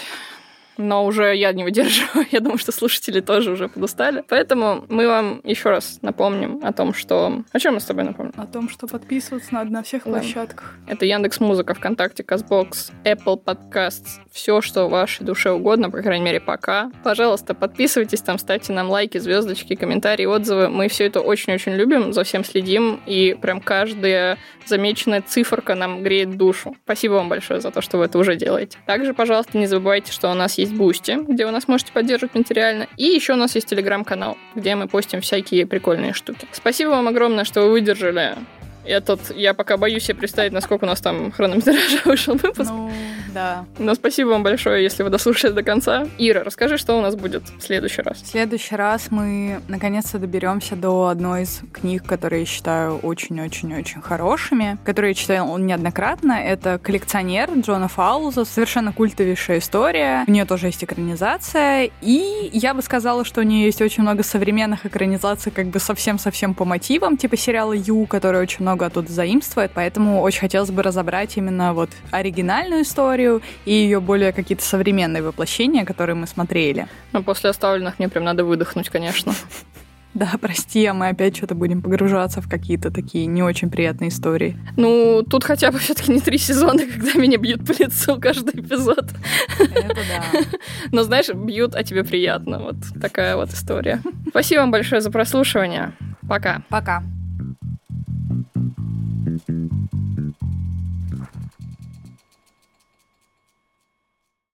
Но уже я не выдерживаю. Я думаю, что слушатели тоже уже подустали. Поэтому мы вам еще раз напомним о том, что... О чем мы с тобой напомним? О том, что подписываться надо на всех да. площадках. Это Яндекс.Музыка, ВКонтакте, Казбокс, Apple Podcasts. Все, что вашей душе угодно, по крайней мере, пока. Пожалуйста, подписывайтесь там, ставьте нам лайки, звездочки, комментарии, отзывы. Мы все это очень-очень любим, за всем следим. И прям каждая замеченная циферка нам греет душу. Спасибо вам большое за то, что вы это уже делаете. Также, пожалуйста, не забывайте, что у нас есть Бусти, где вы нас можете поддерживать материально. И еще у нас есть Телеграм-канал, где мы постим всякие прикольные штуки. Спасибо вам огромное, что вы выдержали этот... Я пока боюсь себе представить, насколько у нас там хронометража вышел выпуск. Ну, да. Но спасибо вам большое, если вы дослушали до конца. Ира, расскажи, что у нас будет в следующий раз. В следующий раз мы наконец-то доберемся до одной из книг, которые я считаю очень-очень-очень хорошими, которые я читала неоднократно. Это «Коллекционер» Джона Фаулза. Совершенно культовейшая история. У нее тоже есть экранизация. И я бы сказала, что у нее есть очень много современных экранизаций, как бы совсем-совсем по мотивам, типа сериала «Ю», который очень много оттуда заимствует. Поэтому очень хотелось бы разобрать именно вот оригинальную историю и ее более какие-то современные воплощения, которые мы смотрели. Но после «Оставленных» мне прям надо выдохнуть, конечно. Да, прости, а мы опять что-то будем погружаться в какие-то такие не очень приятные истории. Ну, тут хотя бы все-таки не три сезона, когда меня бьют по лицу каждый эпизод. Это да. Но, знаешь, бьют, а тебе приятно. Вот такая вот история. Спасибо вам большое за прослушивание. Пока. Пока.